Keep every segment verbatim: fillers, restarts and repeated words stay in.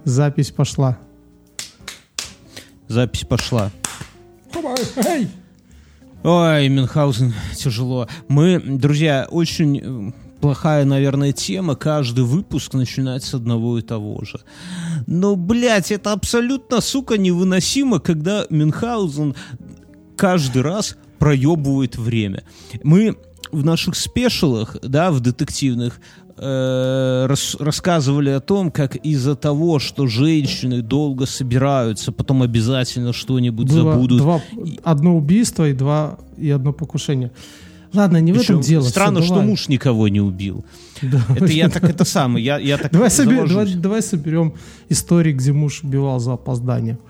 Запись пошла. Запись пошла. Ой, Мюнхгаузен, тяжело. Мы, друзья, очень плохая, наверное, тема. Каждый выпуск начинает с одного и того же. Но, блядь, это абсолютно, сука, невыносимо, когда Мюнхгаузен каждый раз проебывает время. Мы в наших спешалах, да, в детективных, э, рас, рассказывали о том, как из-за того, что женщины долго собираются, потом обязательно что-нибудь Было забудут. Два, одно убийство и два и одно покушение. Ладно, не в Причем этом дело. Странно, Все, что давай. муж никого не убил. Да. Это я так это самое. Я, я так давай, собер, давай, давай соберем истории, где муж убивал за опоздание.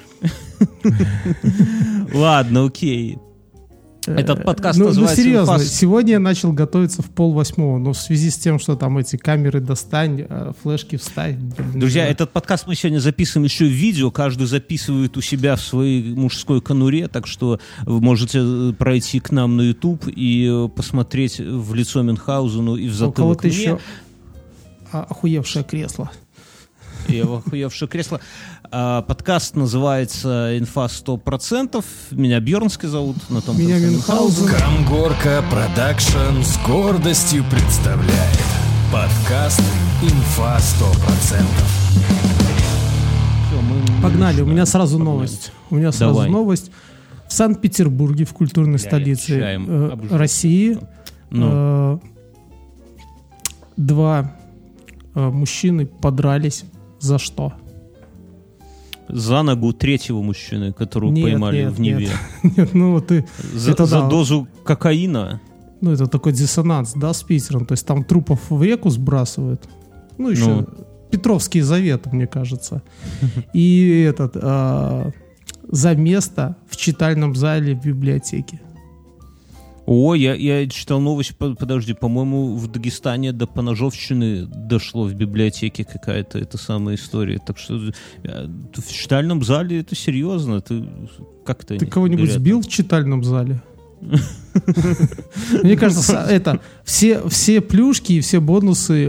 Ладно, окей. Этот подкаст ну, называется... Ну, серьезно, Инфас... сегодня я начал готовиться в полвосьмого, но в связи с тем, что там эти камеры достань, флешки вставь... Блин, Друзья, да. этот подкаст мы сегодня записываем еще в видео, каждый записывает у себя в своей мужской конуре, так что вы можете пройти к нам на YouTube и посмотреть в лицо Мюнхгаузену и в затылок мне. еще охуевшее кресло. И охуевшее кресло. А, подкаст называется «Инфа сто процентов». Меня Бьернский зовут. На том Меня Мюнхгаузен. Камгорка Продакшн с гордостью представляет подкаст «Инфа сто процентов». Все, мы, Погнали, мы у меня сразу Погнали. новость. У меня сразу Давай. новость. В Санкт-Петербурге, в культурной Бля, столице чаем э, обжигаю. России, Ну. э, два э, мужчины подрались. За что? За ногу третьего мужчины, которого Нет, поймали нет, в Неве. Нет, нет, ну вот ты... За, это за да. дозу кокаина. Ну, это такой диссонанс, да, с Питером. То есть там трупов в реку сбрасывают. Ну, еще Ну. Петровский завет, мне кажется. И этот... э, за место в читальном зале в библиотеке. О, я, я читал новость, по- подожди, по-моему, в Дагестане до поножовщины дошло в библиотеке какая-то эта самая история. Так что э, в читальном зале это серьезно. Ты как-то Ты кого-нибудь говорят, сбил в читальном зале? Мне кажется, это все, все плюшки и все бонусы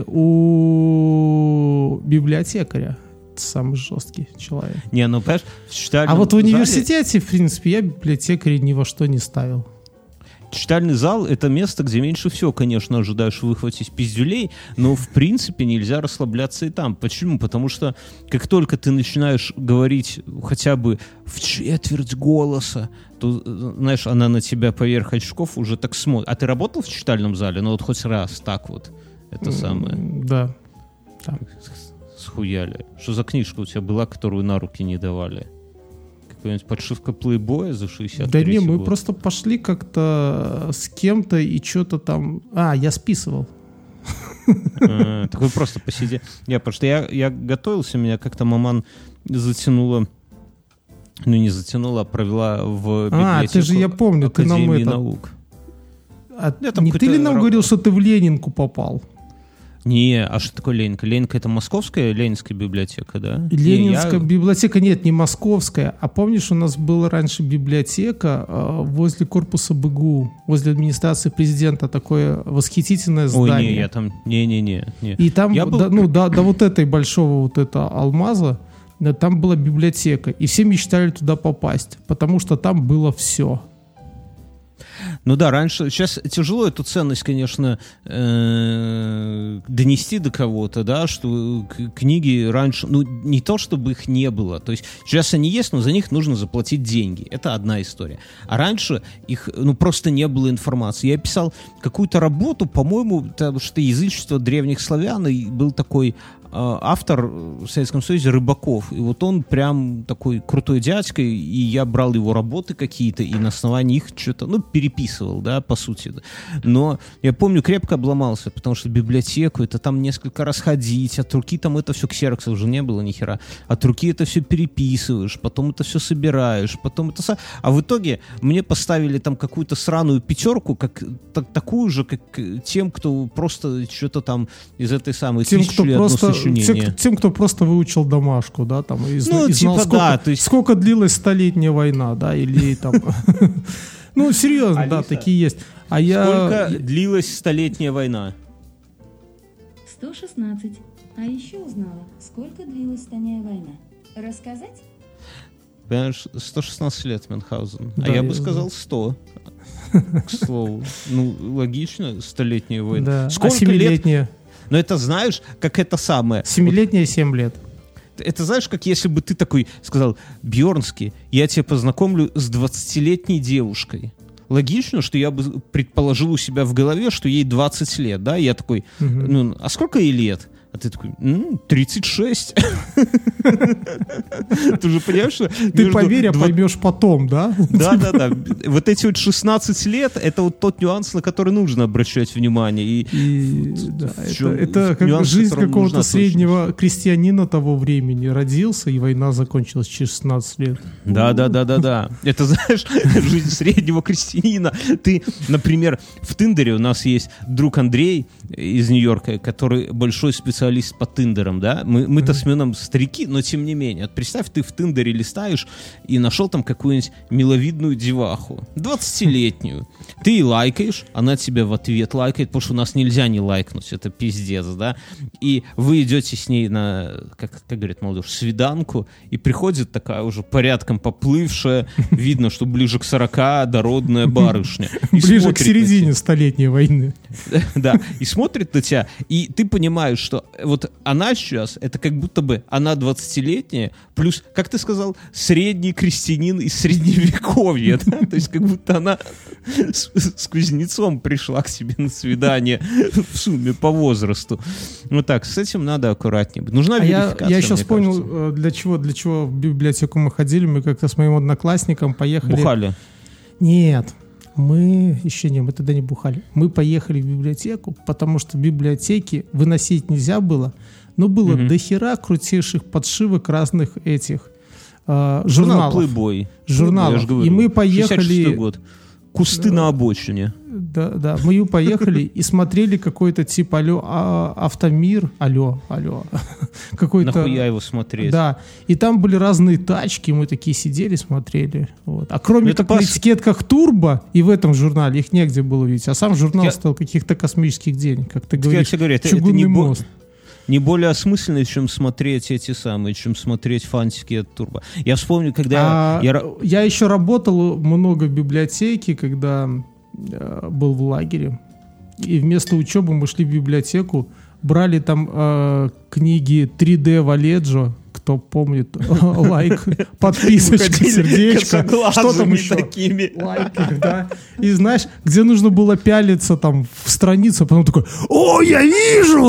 у библиотекаря. Самый жесткий человек. Не, ну, понимаешь, в читальном А вот в зале- университете, в принципе, я библиотекаря ни во что не ставил. Читальный зал — это место, где меньше всего, конечно, ожидаешь выхватить пиздюлей, но, в принципе, нельзя расслабляться и там. Почему? Потому что, как только ты начинаешь говорить хотя бы в четверть голоса, то, знаешь, она на тебя поверх очков уже так смотрит. А ты работал в читальном зале? Ну, вот хоть раз так вот. Это самое. Да. Схуяли. Что за книжка у тебя была, которую на руки не давали? Какая-нибудь подшивка плейбоя за шестьдесят Да не, мы год? просто пошли как-то с кем-то и что-то там... А, я списывал. А, так вы просто посидели. Я, потому что я, я готовился, меня как-то маман затянула, ну не затянула, а провела в библиотеку А, ты же, я помню, ты нам Академии это... наук. А Я там не ты ли нам какой-то говорил, раб- что ты в Ленинку попал? Не, а что такое Ленинка? Ленинка — это московская Ленинская библиотека, да? Ленинская Не, я- библиотека, нет, не московская. А помнишь, у нас была раньше библиотека э, возле корпуса БГУ, возле администрации президента, такое восхитительное здание. Ой, не, я там... Не-не-не. не. И там, Я был- до, ну, до, до вот этой большого вот этого алмаза, да, там была библиотека. И все мечтали туда попасть, потому что там было все. Ну да, раньше, сейчас тяжело эту ценность, конечно, э, донести до кого-то, да, что к- книги раньше, ну не то, чтобы их не было, то есть сейчас они есть, но за них нужно заплатить деньги, это одна история. А раньше их, ну просто не было информации. Я писал какую-то работу, по-моему, это что язычество древних славян, и был такой автор в Советском Союзе Рыбаков. И вот он прям такой крутой дядька, и я брал его работы какие-то, и на основании их что-то, ну, переписывал, да, по сути. Но я помню, крепко обломался, потому что библиотеку, это там несколько раз ходить, от руки там это все, ксерокса уже не было ни хера, от руки это все переписываешь, потом это все собираешь, потом это... А в итоге мне поставили там какую-то сраную пятерку, как, так, такую же, как тем, кто просто что-то там из этой самой Тем, тысячи кто лет просто, сочинения. тем, тем, кто просто выучил домашку, да, там, и, зна- Ну, и знал, типа, сколько, да, то есть- сколько длилась столетняя война, да, или там... Ну, серьезно, да, Алиса, такие есть. А я... Сколько длилась столетняя война? сто шестнадцать. А еще узнала, сколько длилась Стальная война. Рассказать? Понимаешь, сто шестнадцать лет Мюнхгаузен. Да, а я я бы сказал сто. К слову. Ну, логично, столетняя война. Да. Сколько а семилетняя? лет? Но это знаешь, как это самое. Семилетняя семь лет. Это знаешь, как если бы ты такой сказал: Бьернский, я тебя познакомлю с двадцатилетней девушкой. Логично, что я бы предположил у себя в голове, что ей двадцать лет, да? Я такой, Угу. ну, а сколько ей лет? А ты такой, ну, тридцать шесть. Ты же понимаешь, что... Ты поверь, а поймешь потом, да? Да-да-да. Вот эти вот шестнадцать лет, это вот тот нюанс, на который нужно обращать внимание. И, И, да, в это, чем это как нюанс, жизнь которому какого-то нужна среднего крестьянина того времени. Родился, и война закончилась через шестнадцать лет. Да-да-да-да-да. Это, знаешь, жизнь среднего крестьянина. Ты, например, в Тиндере у нас есть друг Андрей из Нью-Йорка, который большой специалист по Тиндерам, да? Мы, мы-то Mm-hmm. с Мюном старики, но тем не менее. Вот представь, ты в Тиндере листаешь и нашел там какую-нибудь миловидную деваху, двадцатилетнюю. Ты ей лайкаешь, она тебя в ответ лайкает, потому что у нас нельзя не лайкнуть, это пиздец, да? И вы идете с ней на, как, как говорит молодежь, свиданку, и приходит такая уже порядком поплывшая, видно, что ближе к сорока, дородная барышня. И Ближе к смотрит на середине тебя. столетней войны. Да, и смотрит на тебя, и ты понимаешь, что вот она сейчас, это как будто бы она двадцатилетняя, плюс, как ты сказал, средний крестьянин из средневековья, да? То есть как будто она с, с кузнецом пришла к себе на свидание в сумме по возрасту. Вот так, с этим надо аккуратнее быть. Нужна А я, верификация, я сейчас мне понял, кажется. э, для чего, для чего в библиотеку мы ходили. Мы как-то с моим одноклассником поехали. Бухали. Нет, мы еще не, мы тогда не бухали. Мы поехали в библиотеку, потому что в библиотеке выносить нельзя было, но было Мгм. дохера крутейших подшивок разных этих э, Журнал журналов. Playboy. Журналов. Я ж говорю, И мы шестьдесят поехали- шестой год. Кусты на обочине. Да, да, мы поехали и смотрели какой-то типа алло, а, Автомир, алло, алло, какой-то. Нахуя его смотреть? Да, и там были разные тачки, мы такие сидели, смотрели. Вот. А кроме Ну, это как на пос- этикетках Турбо, и в этом журнале их негде было увидеть, а сам журнал Я- стоил каких-то космических денег, как ты Я говоришь, тебе говорю, это, это чугунный не, бо- мост. не более осмысленно, чем смотреть эти самые, чем смотреть фантики от Турбо. Я вспомню, когда А я... ра- я еще работал много в библиотеке, когда э, был в лагере. И вместо учебы мы шли в библиотеку, брали там э, книги три дэ Валеджо, кто помнит, лайк, подписочка, Выходили сердечко, что там косоглазыми еще? такими. Лайки, да. И знаешь, где нужно было пялиться там в страницу, а потом такой: «О, я вижу!»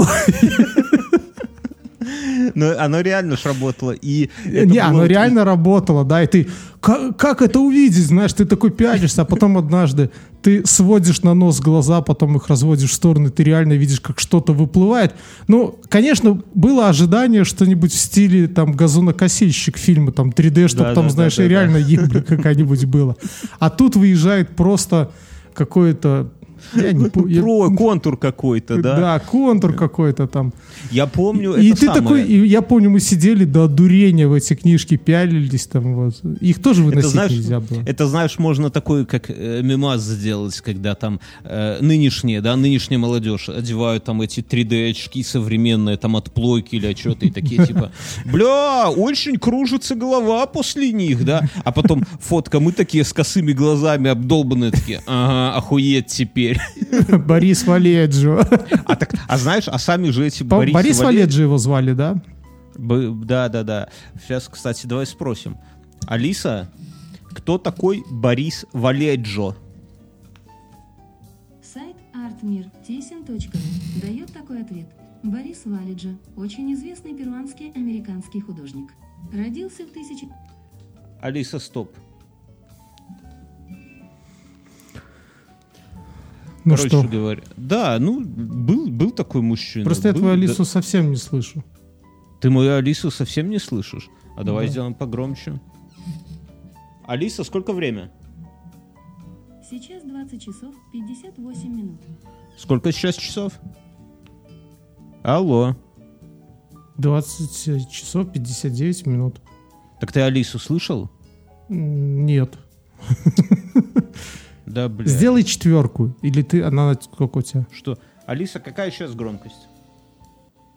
Но оно реально ж работало. И это Не, было- оно реально работало, да, и ты, как, как это увидеть, знаешь, ты такой пялишься, а потом однажды ты сводишь на нос глаза, потом их разводишь в стороны, ты реально видишь, как что-то выплывает. Ну, конечно, было ожидание что-нибудь в стиле там газонокосильщик фильма, там три дэ, чтобы Да, там, да, знаешь, да, и да, реально ебля какая-нибудь была. А тут выезжает просто какое-то... Я не пу- я- Про контур какой-то, да? Да, контур какой-то там. Я помню, И это ты самое. такой, и я помню, мы сидели до одурения в эти книжки, пялились там вот. Их тоже выносить знаешь, нельзя было. Это, знаешь, можно такой, как э, мемас сделать, когда там э, нынешние, да, нынешняя молодежь одевают там эти три дэ-очки современные, там от плойки или что-то, и такие типа, бля, очень кружится голова после них, да? А потом фотка, мы такие с косыми глазами обдолбанные, такие, ага, охуеть теперь. Борис Валеджо. А, так, а знаешь, а сами же эти По- Борис, Борис Валерий- Валеджо его звали, да? Б- Да, да, да. Сейчас, кстати, давай спросим. Алиса, кто такой Борис Валеджо? Сайт артмир тесен точка ру дает такой ответ. Борис Валеджо, очень известный перуанский американский художник. Родился в тысяча... Алиса, стоп. Ну Короче что, говоря, да, ну, был, был такой мужчина. просто я был, твою да. Алису совсем не слышу. Ты мою Алису совсем не слышишь? А давай Да. сделаем погромче. Алиса, сколько время? Сейчас двадцать часов пятьдесят восемь минут. Сколько сейчас часов? Алло. двадцать часов пятьдесят девять минут. Так ты Алису слышал? М, Нет. Да, бля. Сделай четверку. Или ты, она сколько у тебя? Что? Алиса, какая сейчас громкость?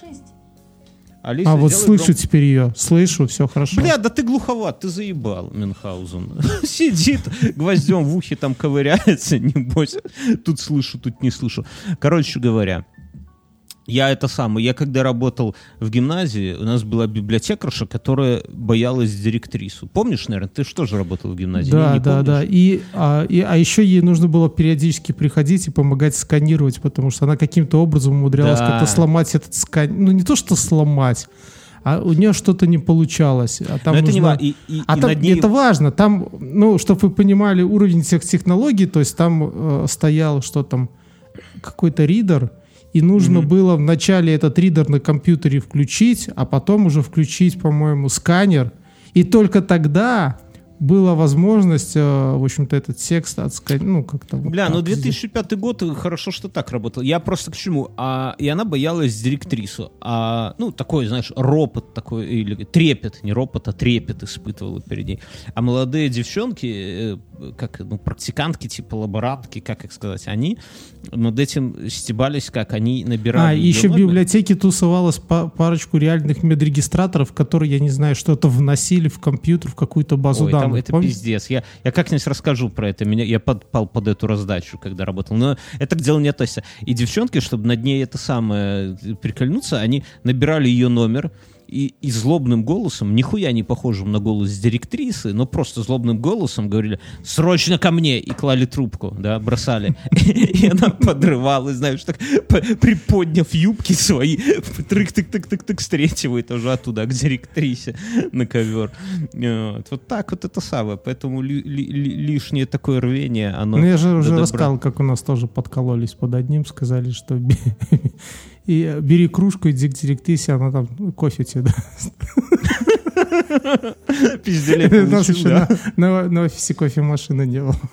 шесть. Алиса, А вот сделай слышу гром- теперь ее. Слышу, все хорошо. Бля, да ты глуховат, ты заебал, Мюнхгаузен. Сидит, гвоздем в ухе там ковыряется, небось. Тут слышу, тут не слышу. Короче говоря, я это самое, я когда работал в гимназии, у нас была библиотекарша, которая боялась директрису. Помнишь, наверное, ты же тоже работал в гимназии? Да, Не, не да, помнишь? да. И, а, и, а еще ей нужно было периодически приходить и помогать сканировать, потому что она каким-то образом умудрялась Да. как-то сломать этот скан. Ну, не то, что сломать, а у нее что-то не получалось. А там Но это не нужно- ва- и- и- А и там, над ней- это важно. Там, ну, чтобы вы понимали уровень всех технологий, то есть там э, стоял, что там, какой-то ридер, и нужно Мгм. было вначале этот ридер на компьютере включить, а потом уже включить, по-моему, сканер. И только тогда была возможность, э, в общем-то, этот текст отсканировать. Ну, как-то вот Бля, так ну две сделать. тысячи пятый год, хорошо, что так работал. Я просто к чему? А, и она боялась директрису. А, ну, такой, знаешь, ропот такой, или трепет, не ропот, а трепет испытывала перед ней. А молодые девчонки, э, как, ну, практикантки, типа лаборантки, как их сказать, они над этим стебались, как они набирали. А, и её еще в номер. библиотеке тусовалась па- парочку реальных медрегистраторов, которые, я не знаю, что-то вносили в компьютер, в какую-то базу Ой, там данных. это Помните? пиздец. Я, я как-нибудь расскажу про это. Меня, я подпал под эту раздачу, когда работал. Но это к делу не относится. И девчонки, чтобы над ней это самое прикольнуться, они набирали ее номер и, и злобным голосом, нихуя не похожим на голос директрисы, но просто злобным голосом говорили: «Срочно ко мне!» И клали трубку, да, бросали. И она подрывалась, знаешь, так по- приподняв юбки свои, трык-тык-тык-тык-тык с третьего этажа туда, к директрисе на ковер. Вот, вот так вот это самое. Поэтому ли- ли- ли- лишнее такое рвение, оно... Ну, я же уже до добра. рассказал, как у нас тоже подкололись под одним, сказали, что бе- и бери кружку, иди к директрисе, она там ну, кофе тебе даст. Пизделей У нас получил, еще да? на, на- на офисе кофемашины не было.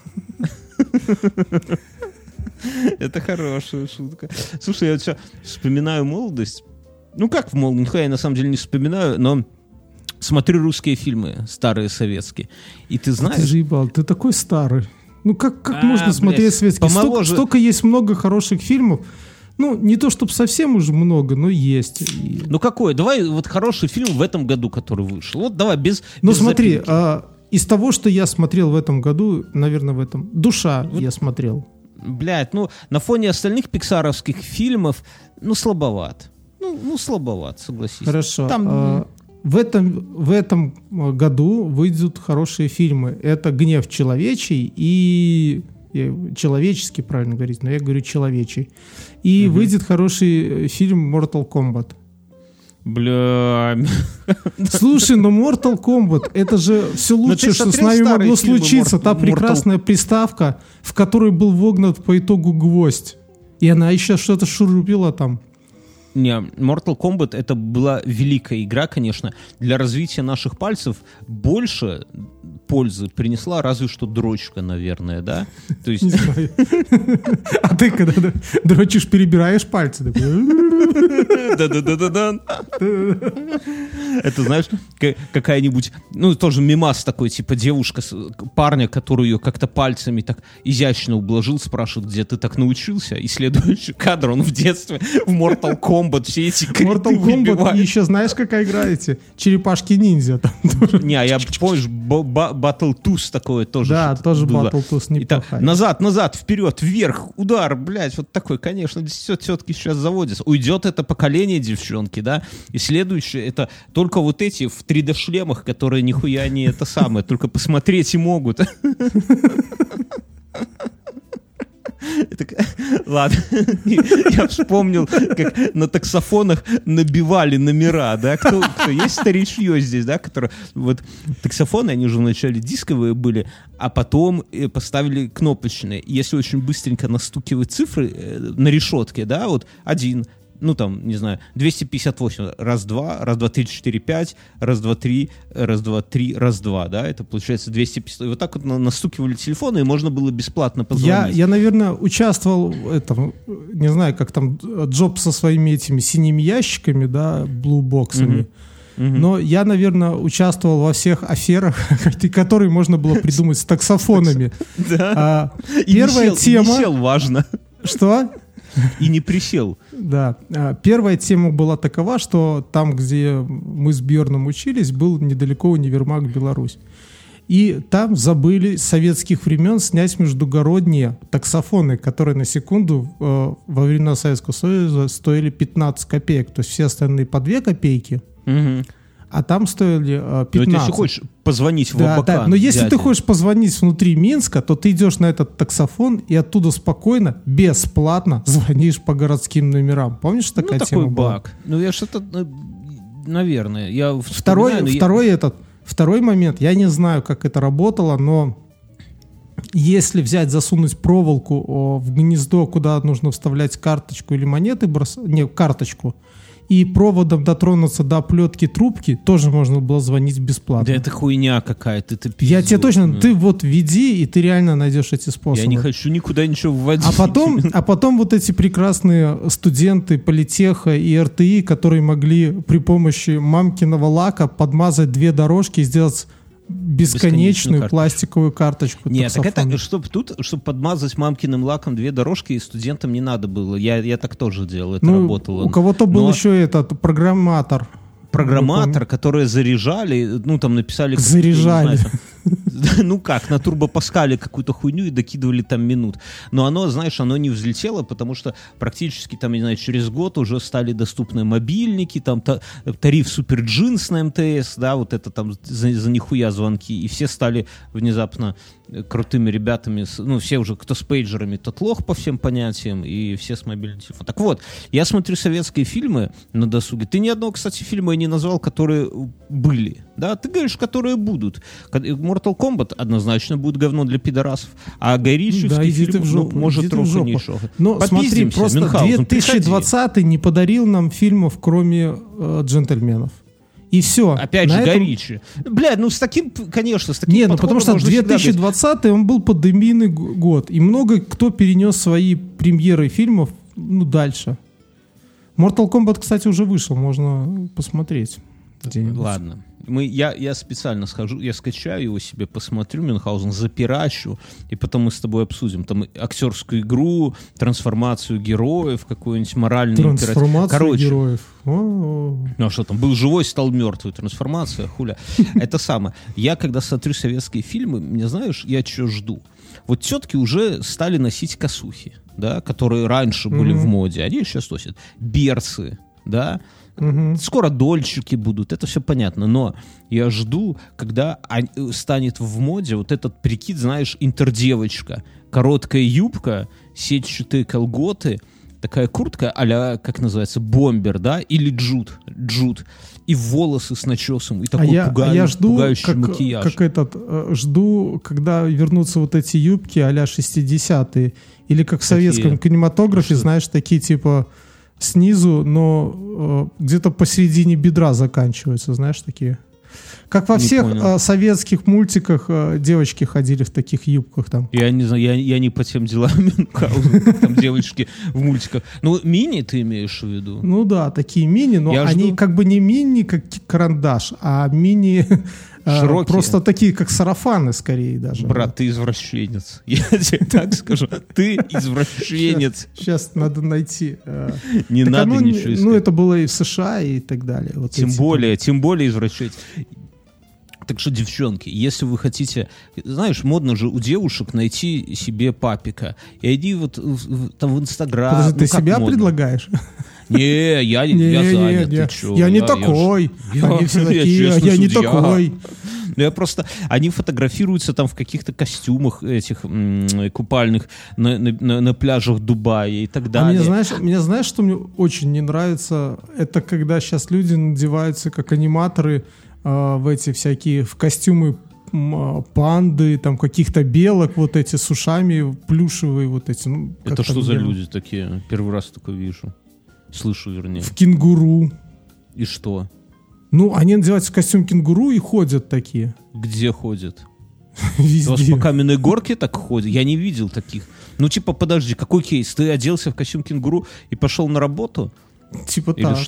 Это хорошая шутка. Слушай, я вот сейчас вспоминаю молодость. Ну как в молодости? Нихуя я на самом деле не вспоминаю, но смотрю русские фильмы, старые советские. И ты Ты знаешь... заебал, ты такой старый. Ну как, как А, можно смотреть блядь, советские? Столько, помоложе. столько есть много хороших фильмов. Ну, не то чтобы совсем уже много, но есть. И- Ну какой? Давай вот хороший фильм в этом году, который вышел. Вот давай, без Ну без смотри, запинки. а, из того, что я смотрел в этом году, наверное, в этом «Душа» я смотрел. Блядь, ну на фоне остальных пиксаровских фильмов, ну слабоват. Ну, ну слабоват, согласись. Хорошо. Там... А, в этом, в этом году выйдут хорошие фильмы. Это «Гнев человечий» и... я- человеческий, правильно говорить, но я говорю человечий. И Мгм. выйдет хороший э, фильм «Mortal Kombat». Бля... Слушай, но Mortal Kombat — это же все ты лучшее, что с смотрел нами старые могло фильмы случиться. Mortal- Та Mortal- прекрасная приставка, в которой был вогнат по итогу гвоздь. И она еще что-то шурупила там. Не, Mortal Kombat это была великая игра, конечно. Для развития наших пальцев больше пользы принесла разве что дрочка, наверное, да? То есть... Не знаю. А ты когда д- дрочишь, перебираешь пальцы. такой, Да-да-да-да-да. Это, знаешь, к- какая-нибудь, ну, тоже мимас такой, типа девушка, с- парня, который ее как-то пальцами так изящно ублажил, спрашивает, где ты так научился? И следующий кадр, он в детстве в Mortal Kombat все эти криты Mortal Kombat, и выбивает. еще знаешь, какая игра эти? Черепашки-ниндзя. там тоже. Не, а я, помнишь, Battletoads такое тоже. Да, что-то тоже было. Battletoads И так, неплохая. назад, назад, вперед, вверх, удар, блядь, вот такой, конечно, все все-таки сейчас заводится. Уйдет это поколение девчонки, да, и следующее, это только вот эти в три дэ-шлемах, которые нихуя не это самое, только посмотреть и могут. Это- Ладно, я вспомнил, как на таксофонах набивали номера, да, кто, кто есть старичье здесь, да, которые, вот, таксофоны, они уже вначале дисковые были, а потом э, поставили кнопочные. Если очень быстренько настукивать цифры э, на решетке, да, вот, один, ну, там, не знаю, двести пятьдесят восемь, раз-два, раз-два, три, четыре, пять, раз-два, три, раз-два, три, раз-два, да, это получается двести пятьдесят. И вот так вот на- настукивали телефоны, и можно было бесплатно Я, позвонить. я, наверное, участвовал в этом, не знаю, как там Джоб со своими этими синими ящиками, да, блубоксами. Мгм. Но я, наверное, участвовал во всех аферах, которые можно было придумать с таксофонами. Да. А, И Первая висел- тема... висел, важно. Что? и не присел. Да. Первая тема была такова, что там, где мы с Бьерном учились, был недалеко универмаг «Беларусь». И там забыли с советских времен снять междугородние таксофоны, которые на секунду э, во времена Советского Союза стоили пятнадцать копеек. То есть все остальные по две копейки, Угу. а там стоили э, пятнадцать. Но если хочешь позвонить в Да, Абакан, да. Но если дяде, ты хочешь позвонить внутри Минска, то ты идешь на этот таксофон и оттуда спокойно, бесплатно звонишь по городским номерам. Помнишь, ну, такая такой тема была? баг. Ну, я что-то, ну, наверное, я Второй, вспоминаю, но я- второй, этот, второй момент, я не знаю, как это работало, но если взять, засунуть проволоку о, в гнездо, куда нужно вставлять карточку или монеты, брос... не, карточку, и проводом дотронуться до оплетки трубки, тоже можно было звонить бесплатно. Да это хуйня какая-то, это Я тебе пиздец. точно, Ну, ты вот веди, и ты реально найдешь эти способы. Я не хочу никуда ничего вводить. А потом, а потом вот эти прекрасные студенты политеха и эр тэ и, которые могли при помощи мамкиного лака подмазать две дорожки и сделать бесконечную Бесконечную карточку. пластиковую карточку. Нет, так таксофона. это, чтобы тут, чтобы подмазать мамкиным лаком две дорожки, и студентам не надо было. Я, я так тоже делал, это Ну, работало. у кого-то был Но еще этот программатор. программатор, которые заряжали, ну там написали... как- Заряжали. я не знаю, там, ну как, на турбопаскале какую-то хуйню и докидывали там минут. Но оно, знаешь, оно не взлетело, потому что практически там, я не знаю, через год уже стали доступны мобильники, там та- тариф Суперджинс на эм тэ эс, да, вот это там за, за нихуя звонки, и все стали внезапно крутыми ребятами, с- ну все уже, кто с пейджерами, тот лох по всем понятиям, и все с мобильным телефоном. Так вот, я смотрю советские фильмы на досуге. Ты ни одного, кстати, фильма не назвал, которые были, да? Ты говоришь, которые будут. Mortal Kombat однозначно будет говно для пидорасов, а Гай Ричи Да, иди ты в жопу, ну, может, иди ты в трохи жопу. не шо. Но смотри, Попиздимся, просто Мюнхгаузен, две тысячи двадцатый не подарил нам фильмов, кроме э, «Джентльменов». И все. Опять На же, этом- Гай Ричи. Бля, ну с таким, конечно, с таким Не, ну подходом потому что можно всегда две тысячи быть. двадцатый он был пандемийный г- год, и много кто перенес свои премьеры фильмов ну, дальше. Mortal Kombat, кстати, уже вышел, можно посмотреть где-нибудь. Ладно. Мы, я, я специально схожу, я скачаю его себе, посмотрю, Мюнхгаузен, запиращу, и потом мы с тобой обсудим там актерскую игру, трансформацию героев, какую-нибудь моральную Трансформация Короче, героев. О-о-о. ну а что там, был живой, стал мертвый, трансформация, хуля. Это самое. Я, когда смотрю советские фильмы, мне знаешь, я что жду? Вот тетки уже стали носить косухи, да, которые раньше были Мгм. в моде, они сейчас носят берцы, да, Мгм. скоро дольщики будут, это все понятно, но я жду, когда он- станет в моде вот этот прикид, знаешь, интердевочка, короткая юбка, сетчатые колготы, такая куртка а-ля, как называется, бомбер, да, или джут, джут, и волосы с начесом, и А такой я, а пугаю- я жду, пугающий как, макияж. как этот, э, жду, когда вернутся вот эти юбки а-ля шестидесятые, или как в советском Какие? кинематографе, Что? знаешь, такие типа снизу, но э, где-то посередине бедра заканчиваются, знаешь, такие. Как во Не всех понял. э, советских мультиках э, девочки ходили в таких юбках там. Я не знаю, я, я не по тем делам Мюнхгаузен, как там девочки в мультиках. Ну, мини ты имеешь в виду? Ну да, такие мини, но Я они жду. как бы не мини, как карандаш, а мини э, Широкие. просто такие, как сарафаны скорее даже. Брат, ты извращенец. Я тебе так скажу. Ты извращенец. Сейчас надо найти. э, Не Так надо оно не- ничего Ну, искать. это было и в США, и так далее. Вот Тем эти более, тем более извращенец. Так что, девчонки, если вы хотите... Знаешь, модно же у девушек найти себе папика. И иди вот в, в- там в Инстаграм. Подожди, ну, ты как себя модно? предлагаешь? Не, я, Не, я не, занят. не. ты чё? Я не ж- такой. я- Они все я такие, а честный я не судья. такой. Ну, я просто... Они фотографируются там в каких-то костюмах этих м, купальных на, на- на- на пляжах Дубая и так А далее. мне знаешь, мне знаешь, что мне очень не нравится? Это когда сейчас люди надеваются как аниматоры э, в эти всякие, в костюмы м, а, панды, там каких-то белок, вот эти с ушами, плюшевые вот эти. Ну, как Это там что за делают? люди такие? Первый раз такое вижу. Слышу, вернее. В кенгуру. И что? Ну, они надеваются в костюм кенгуру и ходят такие. Где ходят? У вас Везде. по каменной горке так ходят? Я не видел таких. Ну, типа, подожди, какой кейс? Ты оделся в костюм кенгуру и пошел на работу? Типа Или так. что?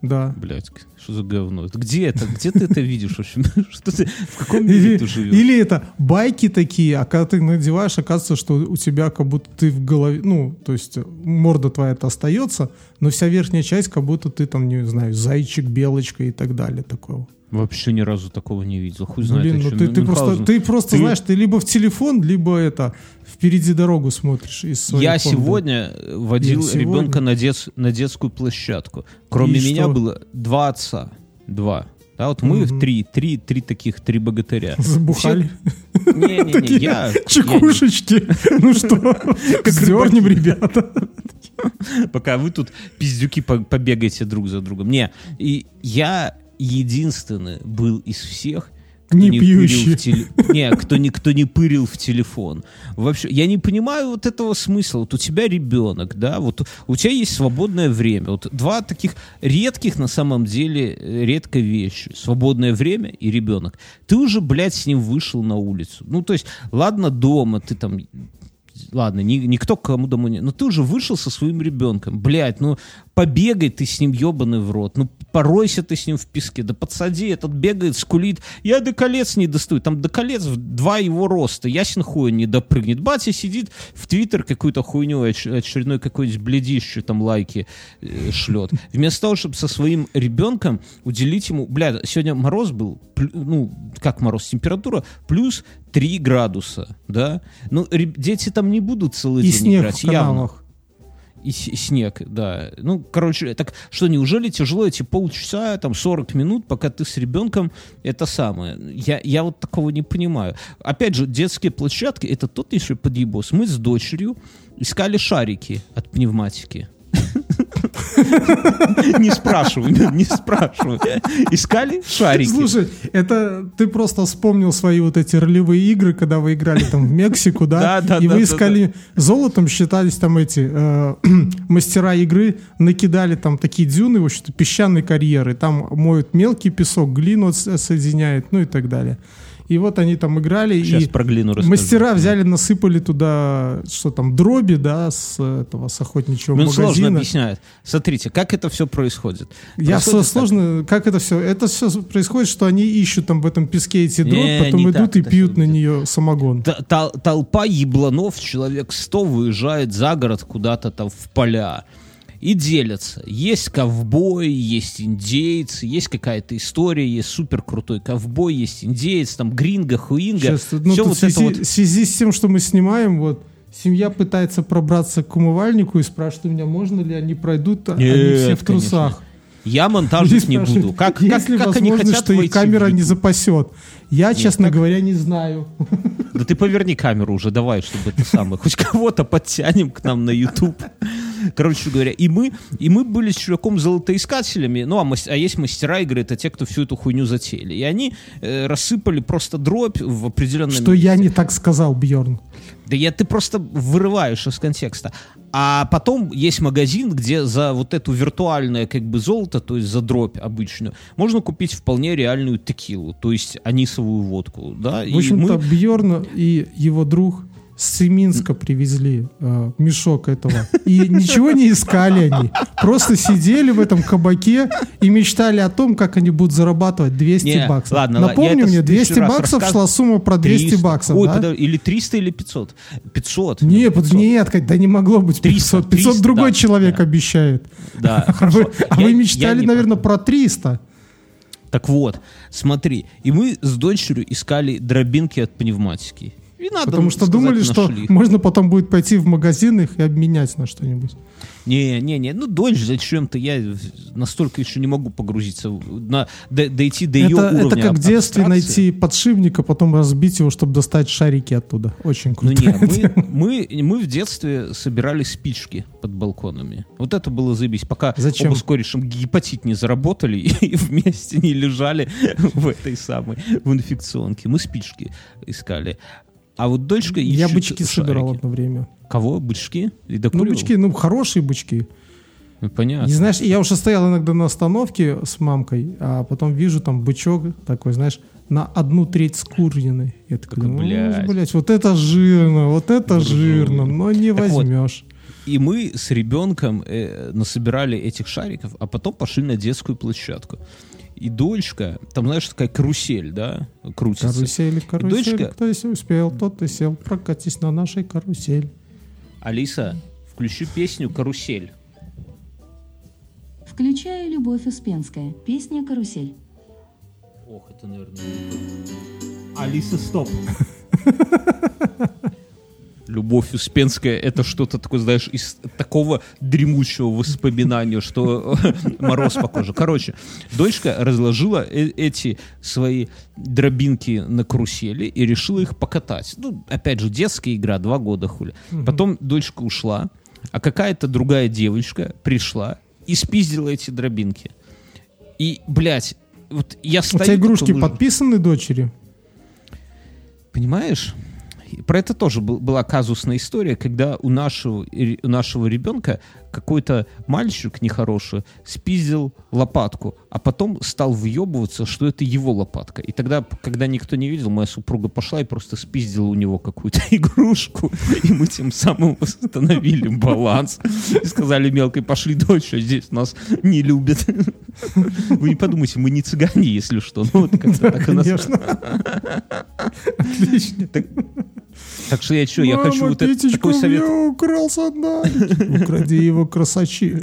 Да. Блядь, что за говно? Где это? Где ты это видишь? Что ты, в каком мире Или, ты живешь? или это байки такие, а когда ты надеваешь, оказывается, что у тебя как будто ты в голове, ну, то есть морда твоя-то остается, но вся верхняя часть, как будто ты там, не знаю, зайчик, белочка и так далее такого. Вообще ни разу такого не видел. Хуй знает, Блин, о ну чем ты, ты просто, Мюнхгаузен. ты просто Ты- знаешь, ты либо в телефон, либо это впереди дорогу смотришь из своей Я комнаты. сегодня водил Нет, сегодня. ребенка на, дет- на детскую площадку. Кроме И меня что? было два отца. Два. Да, вот мы Мгм. три, три, три таких, три богатыря. Забухали. Не-не-не, я... Чекушечки. Ну что, сдернем, ребята. я- Пока вы тут пиздюки по- побегаете друг за другом. Не, и я единственный был из всех, кто Не пырил пьющий. в теле- Не, кто не, кто не пырил в телефон. Вообще, я не понимаю вот этого смысла. Вот у тебя ребенок, да, вот у тебя есть свободное время. Вот два таких редких, на самом деле, э, редкой вещи. Свободное время и ребенок. Ты уже, блядь, с ним вышел на улицу. Ну, то есть, ладно, дома ты там... Ладно, ни, никто к кому домой не... Но ты уже вышел со своим ребенком. Блядь, ну побегай ты с ним, ебаный в рот. Ну поройся ты с ним в песке. Да подсади, этот бегает, скулит. Я до колец не достаю. Там до колец в два его роста. Ясен хуй он не допрыгнет. Батя сидит в Твиттер какую-то хуйню, оч- очередной какой-нибудь блядище там лайки э, шлет. Вместо того, чтобы со своим ребенком уделить ему... Бля, сегодня мороз был. плю- Ну, как мороз? Температура плюс три градуса, да? Ну, ре- дети там не будут целый И день снег играть, в явно. канавах. И, с- и снег, да. Ну, короче, так что, неужели тяжело эти полчаса, там, сорок минут, пока ты с ребенком, это самое? Я, я вот такого не понимаю. Опять же, детские площадки, это тот еще подъебос. Мы с дочерью искали шарики от пневматики. Не спрашивай, не спрашивай. Искали шарики. Слушай, это ты просто вспомнил свои вот эти ролевые игры, когда вы играли там в Мексику, да? Да, да, И да, вы да, искали золотом, считались там эти э, мастера игры, накидали там такие дюны, в общем-то, песчаные карьеры, там моют мелкий песок, глину с- соединяют, ну и так далее. И вот они там играли, Сейчас и про глину расскажу. мастера взяли, насыпали туда, что там, дроби, да, с этого, с охотничьего Ну, сложно магазина. объясняет. Смотрите, как это все происходит. Я Происходит со- сложно, как это все? Это все происходит, что они ищут там в этом песке эти дроби, Не, потом не идут так и это пьют всё на будет. нее самогон. Т- тол- Толпа ебланов, человек сто, выезжает за город куда-то там в поля и делятся. Есть ковбой, есть индейцы, есть какая-то история, есть супер крутой ковбой, есть индеец, там гринго, хуинго. Сейчас, ну, Все тут вот в, связи, это вот. в связи с тем, что мы снимаем, вот семья пытается пробраться к умывальнику и спрашивает у меня, можно ли они пройдут, а они Нет, все в трусах. конечно. Я монтажить И не спрашивает, буду. Как, как, есть ли как они возможность, хотят что их войти камера в не YouTube? запасет? Я, честно так- говоря, не знаю. Да ты поверни камеру уже, давай, чтобы это самое, хоть кого-то подтянем к нам на YouTube. Короче говоря, и мы, и мы были с чуваком золотоискателями, ну, а, мас- а есть мастера игры, это те, кто всю эту хуйню затеяли. И они э, рассыпали просто дробь в определенном Что месте. я не так сказал, Бьерн. Да я, ты просто вырываешь из контекста. А потом есть магазин, где за вот эту виртуальное как бы золото, то есть за дробь обычную, можно купить вполне реальную текилу, то есть анисовую водку, да. В общем-то, Бьерн и его друг с Минска привезли э, мешок этого. И ничего не искали они. Просто сидели в этом кабаке и мечтали о том, как они будут зарабатывать двести Не, баксов. ладно, ладно, я Напомню это мне, в тысячу двести раз баксов рассказывал. шла сумма про двести триста. баксов. Ой, да? подожди, или триста, или пятьсот. пятьсот. Не, под- пятьсот. нет, Кать, да не могло быть триста, пятьсот. пятьсот триста, другой да, человек да. обещает. Да, А вы, хорошо. а Я- вы я мечтали, не наверное, про- про триста. Так вот, смотри, и мы с дочерью искали дробинки от пневматики. И надо Потому что сказать, думали, что нашли. можно потом будет пойти в магазин их и обменять на что-нибудь. Не, не, не, ну дочь зачем-то, я настолько еще не могу погрузиться, в- на, до- дойти до ее Это, уровня это как в детстве абстракции. найти подшипник, а потом разбить его, чтобы достать шарики оттуда. Очень Ну круто. не, мы, мы, мы в детстве собирали спички под балконами. Вот это было заебись, пока Зачем? оба с корешем гепатит не заработали и вместе не лежали в этой самой, в инфекционке. Мы спички искали. А вот дочка ищет Я бычки шарики. собирал одно время. Кого? Бычки? И Ну, докуривал? бычки, ну, хорошие бычки. Ну, понятно. Не знаешь, я уже стоял иногда на остановке с мамкой, а потом вижу там бычок такой, знаешь, на одну треть скуренный. Я такой, Такой, ну, блядь. блядь, вот это жирно, вот это Буржуй. жирно, но не Так вот, возьмешь. И мы с ребенком э, насобирали этих шариков, а потом пошли на детскую площадку. И дочка, там, знаешь, такая карусель, да, крутится. Карусель, карусель, дочка... кто если успел, тот и сел, прокатись на нашей карусель. Алиса, включи песню «Карусель». Включаю Любовь Успенская. Песня «Карусель». Ох, это, наверное... Алиса, стоп. Любовь Успенская — это что-то такое, знаешь, из такого дремучего воспоминания, что мороз по коже. Короче, дочка разложила э- эти свои дробинки на карусели и решила их покатать. Ну, опять же, детская игра, два года хули. Потом дочка ушла, а какая-то другая девочка пришла и спиздила эти дробинки. И, блядь, вот я стою... У тебя игрушки такой, подписаны дочери? Понимаешь? Про это тоже был, была казусная история, когда у нашего, у нашего ребенка какой-то мальчик нехороший спиздил лопатку, а потом стал въебываться, что это его лопатка. И тогда, когда никто не видел, моя супруга пошла и просто спиздила у него какую-то игрушку, и мы тем самым восстановили баланс. И сказали мелкой: пошли, дочь, здесь нас не любят. Вы не подумайте, мы не цыгане, если что. Ну, вот как-то так у нас. Конечно. Отлично. Так, так что я что, я Мама, хочу вот этот Петечка такой совет. украл со дна. Укради его, красачи.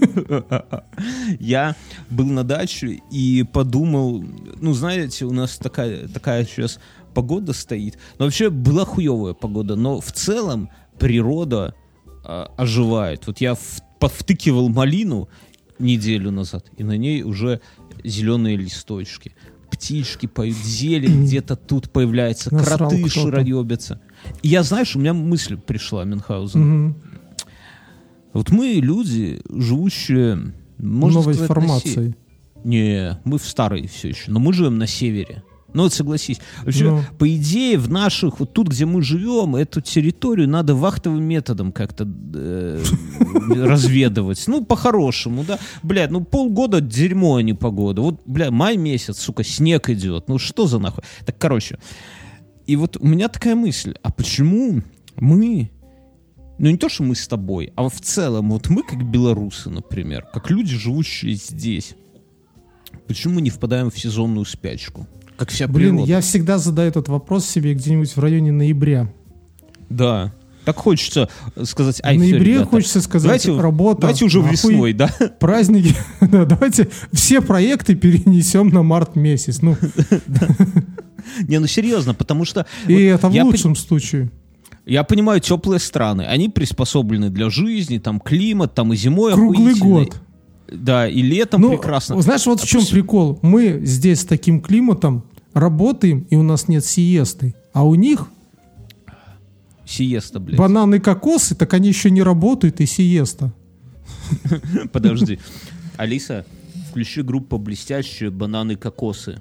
Я был на даче и подумал, ну, знаете, у нас такая, такая сейчас погода стоит. Но вообще была хуевая погода, но в целом природа а, оживает. Вот я в, повтыкивал малину неделю назад, и на ней уже зеленые листочки. Птички поют, зелень где-то тут появляется, Насрал кроты кто-то. широебятся. И я, знаешь, у меня мысль пришла, Мюнхгаузен. Угу. Вот мы люди, живущие, можно Новой сказать, на формацией. севере. Не, мы в старой все еще, но мы живем на севере. Ну вот согласись. Вообще, Ну. по идее, в наших, вот тут, где мы живем, эту территорию надо вахтовым методом как-то э, разведывать. Ну, по-хорошему, да. Бля, ну полгода дерьмо, а не погода. Вот, бля, май месяц, сука, снег идет. Ну что за нахуй? Так, короче. И вот у меня такая мысль. А почему мы... Ну, не то, что мы с тобой, а в целом, вот мы, как белорусы, например, как люди, живущие здесь, почему мы не впадаем в сезонную спячку? Как вся Блин, природа. я всегда задаю этот вопрос себе где-нибудь в районе ноября. Да. Так хочется сказать, ай, в всё, ноябре ребята, хочется сказать, давайте, работа, давайте уже нахуй, весной, да? праздники. Да, давайте все проекты перенесем на март месяц. Ну, Не, ну серьезно, потому что... и вот это в я лучшем случае. Я понимаю, теплые страны, они приспособлены для жизни, там климат, там и зимой Круглый охуительный. год. Да, и летом Ну, прекрасно. знаешь, вот А в чем пусть- прикол? Мы здесь с таким климатом работаем, и у нас нет сиесты. А у них Сиеста, блядь. бананы, кокосы, так они еще не работают, и сиеста. Подожди. Алиса, включи группу «Блестящие бананы кокосы».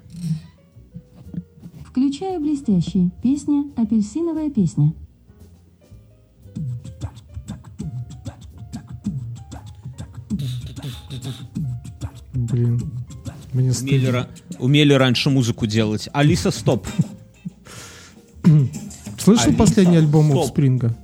Включаю блестящий. Песня «Апельсиновая песня». Блин, мне Умели, стыдно. ра- умели раньше музыку делать. Алиса, стоп. Слышал Алиса, последний альбом стоп. Offspring?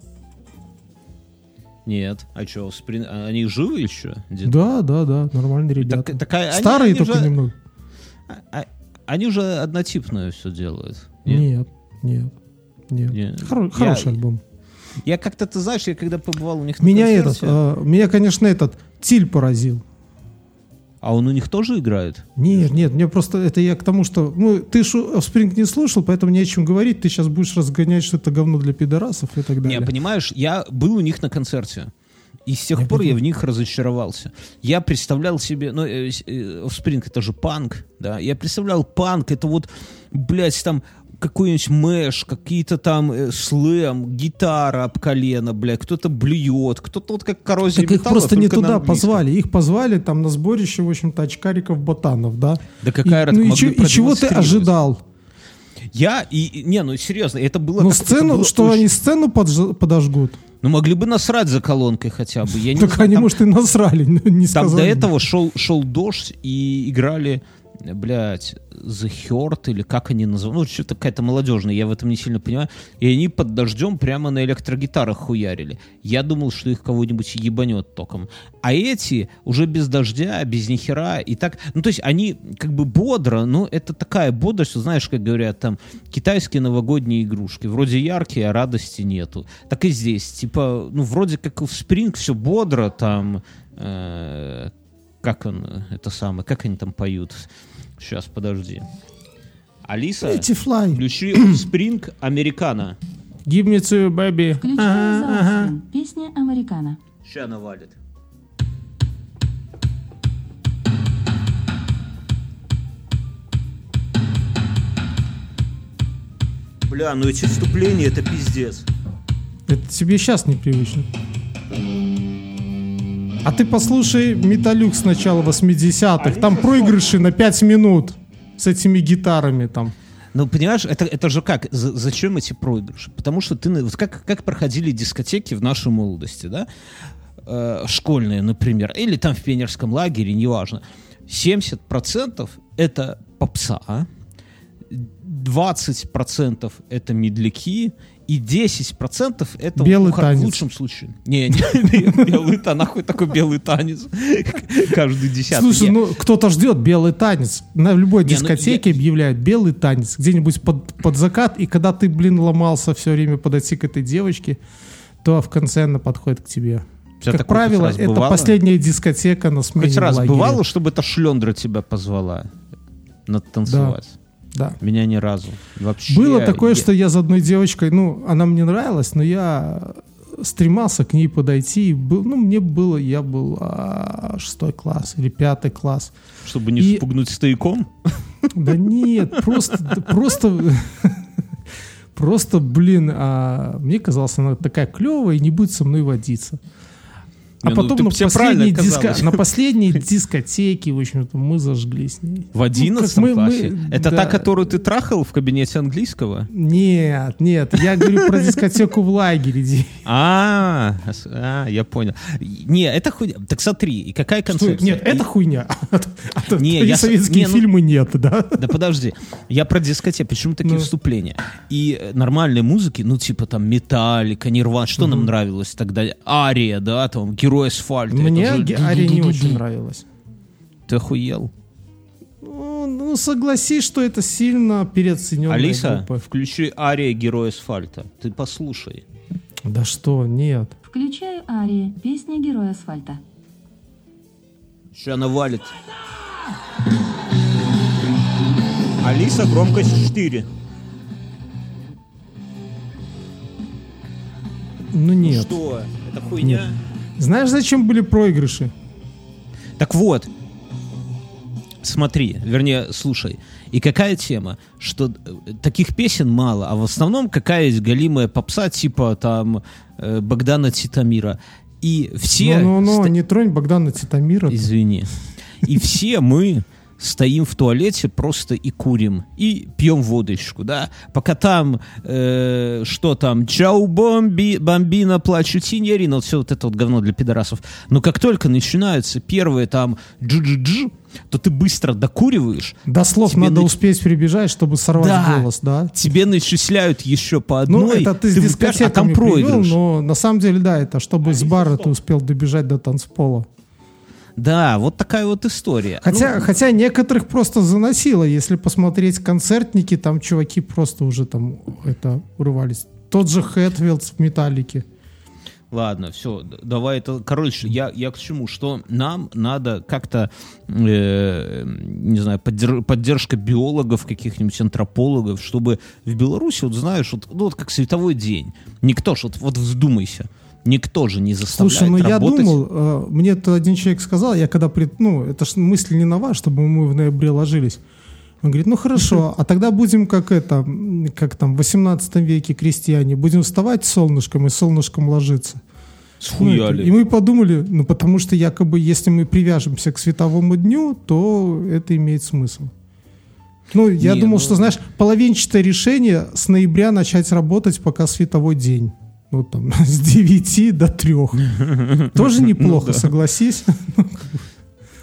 Нет, а что, сприн... а они живы еще? Где-то? Да, да, да, нормальные ребята. Так- такая- они- Старые они только же- немного. А- а- Они уже однотипное все делают. Нет, нет, нет. Нет. Хоро- Я- Хороший альбом. Я как-то, ты знаешь, я когда побывал у них на Меня этот, концерте, а, меня, конечно, этот Тиль поразил. а он у них тоже играет? Нет, нет, мне просто это я к тому, что ну ты шу Offspring не слушал, поэтому не о чем говорить. Ты сейчас будешь разгонять, что это говно для пидорасов и так далее. Не, понимаешь, я был у них на концерте. И с тех Я пор я понял. в них разочаровался. Я представлял себе, ну, э, э, Offspring это же панк, да, я представлял панк, это вот, блядь, там какой-нибудь мэш, какие-то там э, слэм, гитара об колено, блядь, кто-то блюет, кто-то вот как коррозия Так их металла, просто не только на туда английском. позвали. Их позвали там на сборище, в общем-то, очкариков ботанов, да? Да какая и, раз ну, и, могли чё- и чего ты продемонстрировать? ожидал? Я, и, и- не, ну серьезно, это было... Ну, как- это сцену, было что очень- они сцену подж- подожгут? Ну, могли бы насрать за колонкой хотя бы. Я не Так знаю, они, там- может, и насрали, но не Там сказали. до этого шел, шел дождь и играли блядь, The Hurt, или как они называют, ну, что-то какая-то молодежная, я в этом не сильно понимаю, и они под дождем прямо на электрогитарах хуярили. Я думал, что их кого-нибудь ебанет током. А эти уже без дождя, без нихера, и так, ну, то есть они как бы бодро, но это такая бодрость, знаешь, как говорят, там, китайские новогодние игрушки, вроде яркие, а радости нету. Так и здесь, типа, ну, вроде как в Спринг все бодро, там, э- как он, это самое, как они там поют? Сейчас, подожди. Алиса, Fly. включи Offspring Американо. Give me to you, baby. Включаю Ага, за ага. Offspring. Песня «Американо». Ща навалит. Бля, ну эти вступления, это пиздец. Это тебе сейчас непривычно. А ты послушай Металлюк с начала восьмидесятых. Там проигрыши на пять минут с этими гитарами там. Ну, понимаешь, это, это же как? За- зачем эти проигрыши? Потому что ты... на- вот Как, как проходили дискотеки в нашей молодости, да? Э, школьные, например. Или там в пионерском лагере, неважно. семьдесят процентов это попса, двадцать процентов это медляки, и десять процентов это Белый уха- танец. в лучшем случае. Не, не, белый танец, нахуй такой белый танец. Каждый десятый. Слушай, Не. ну кто-то ждет белый танец. На любой Не, ну, дискотеке я- объявляют белый танец. Где-нибудь под, под закат. И когда ты, блин, ломался все время подойти к этой девочке, то в конце она подходит к тебе. У тебя Как такое хоть правило, раз это бывало? последняя дискотека на смене Хоть раз лагеря. бывало, чтобы эта шлендра тебя позвала натанцевать? Да. Меня ни разу. Вообще. Было такое, я- что я за одной девочкой, ну, она мне нравилась, но я стремался к ней подойти. И был, ну, мне было, я был а, шестой класс или пятый класс. Чтобы не И- спугнуть стояком? Да нет, просто, просто, просто, блин, а, мне казалось, она такая клевая и не будет со мной водиться. А Не, ну, потом ты- на тебе последней, правильно диско- казалось. на последней дискотеке, в общем-то, мы зажгли с ней. В одиннадцатом Ну, как мы- классе? мы- Это да. та, которую ты трахал в кабинете английского? Нет, нет, я говорю про дискотеку в лагере. Ди. А, ас- а, я понял. Не, это хуйня. Так смотри, и какая Что, концепция? нет, это хуйня. А то- а то Не, твои я с- советские не, ну- фильмы нет, да? Да подожди, я про дискотеку, почему такие Ну. вступления? И э, нормальной музыки, ну типа там Металлика, Нирвана, что нам нравилось тогда? Ария, да, там Герой асфальта. Мне это же Ге- Ария не ду-ду-ду-ду. очень нравилась. Ты охуел? Ну, ну, согласись, что это сильно переоцененная Алиса, группа. включи Ария Герой асфальта. Ты послушай. Да что, нет. Включаю «Ария», песня «Герой асфальта». Сейчас навалит. Алиса, громкость четыре. Ну нет. Что? Это хуйня? Знаешь, зачем были проигрыши? Так вот, смотри, вернее, слушай. И какая тема? Что э, таких песен мало, а в основном какая-то галимая попса типа там э, Богдана Титамира. И все... Ну-ну-ну, ста- не тронь Богдана Титамира. Извини. И все мы стоим в туалете просто и курим, и пьем водочку, да, пока там, э, что там, чау бомби, бомбина, плачу тиньерина, вот все вот это вот говно для пидорасов. Но как только начинаются первые там джи-джи-джи, то ты быстро докуриваешь, До слов Тебе надо нач- успеть прибежать, чтобы сорвать Да. голос, да? тебе начисляют еще по Ну, одной, это ты с выпьешь, а там дискотеками привел, проигрыш. но на самом деле, да, это чтобы с бара ты успел добежать до танцпола. Да, вот такая вот история. Хотя, Ну, хотя некоторых просто заносило. Если посмотреть концертники, там чуваки просто уже там это урывались. Тот же Хэтфилдс в «Металлике». Ладно, все, давай это. Короче, я, я к чему? Что нам надо как-то, э, не знаю, поддерж- поддержка биологов, каких-нибудь антропологов, чтобы в Беларуси, вот знаешь, вот, ну, вот как световой день. Никто ж, вот, вот вдумайся, никто же не заставляет Слушай, ну я работать. думал, э, мне тут один человек сказал, я когда, пред, ну, это ж мысль не нова, чтобы мы в ноябре ложились. Он говорит, ну хорошо, а тогда будем как это, м, как там в восемнадцатом веке крестьяне, будем вставать с солнышком и солнышком ложиться. Ну, это- Схуяли. и мы подумали, ну потому что якобы если мы привяжемся к световому дню, то это имеет смысл. Ну, я Не, думал, ну- что, знаешь, половинчатое решение с ноября начать работать, пока световой день. Ну, там, с девяти до трех. Тоже неплохо, Ну да. согласись.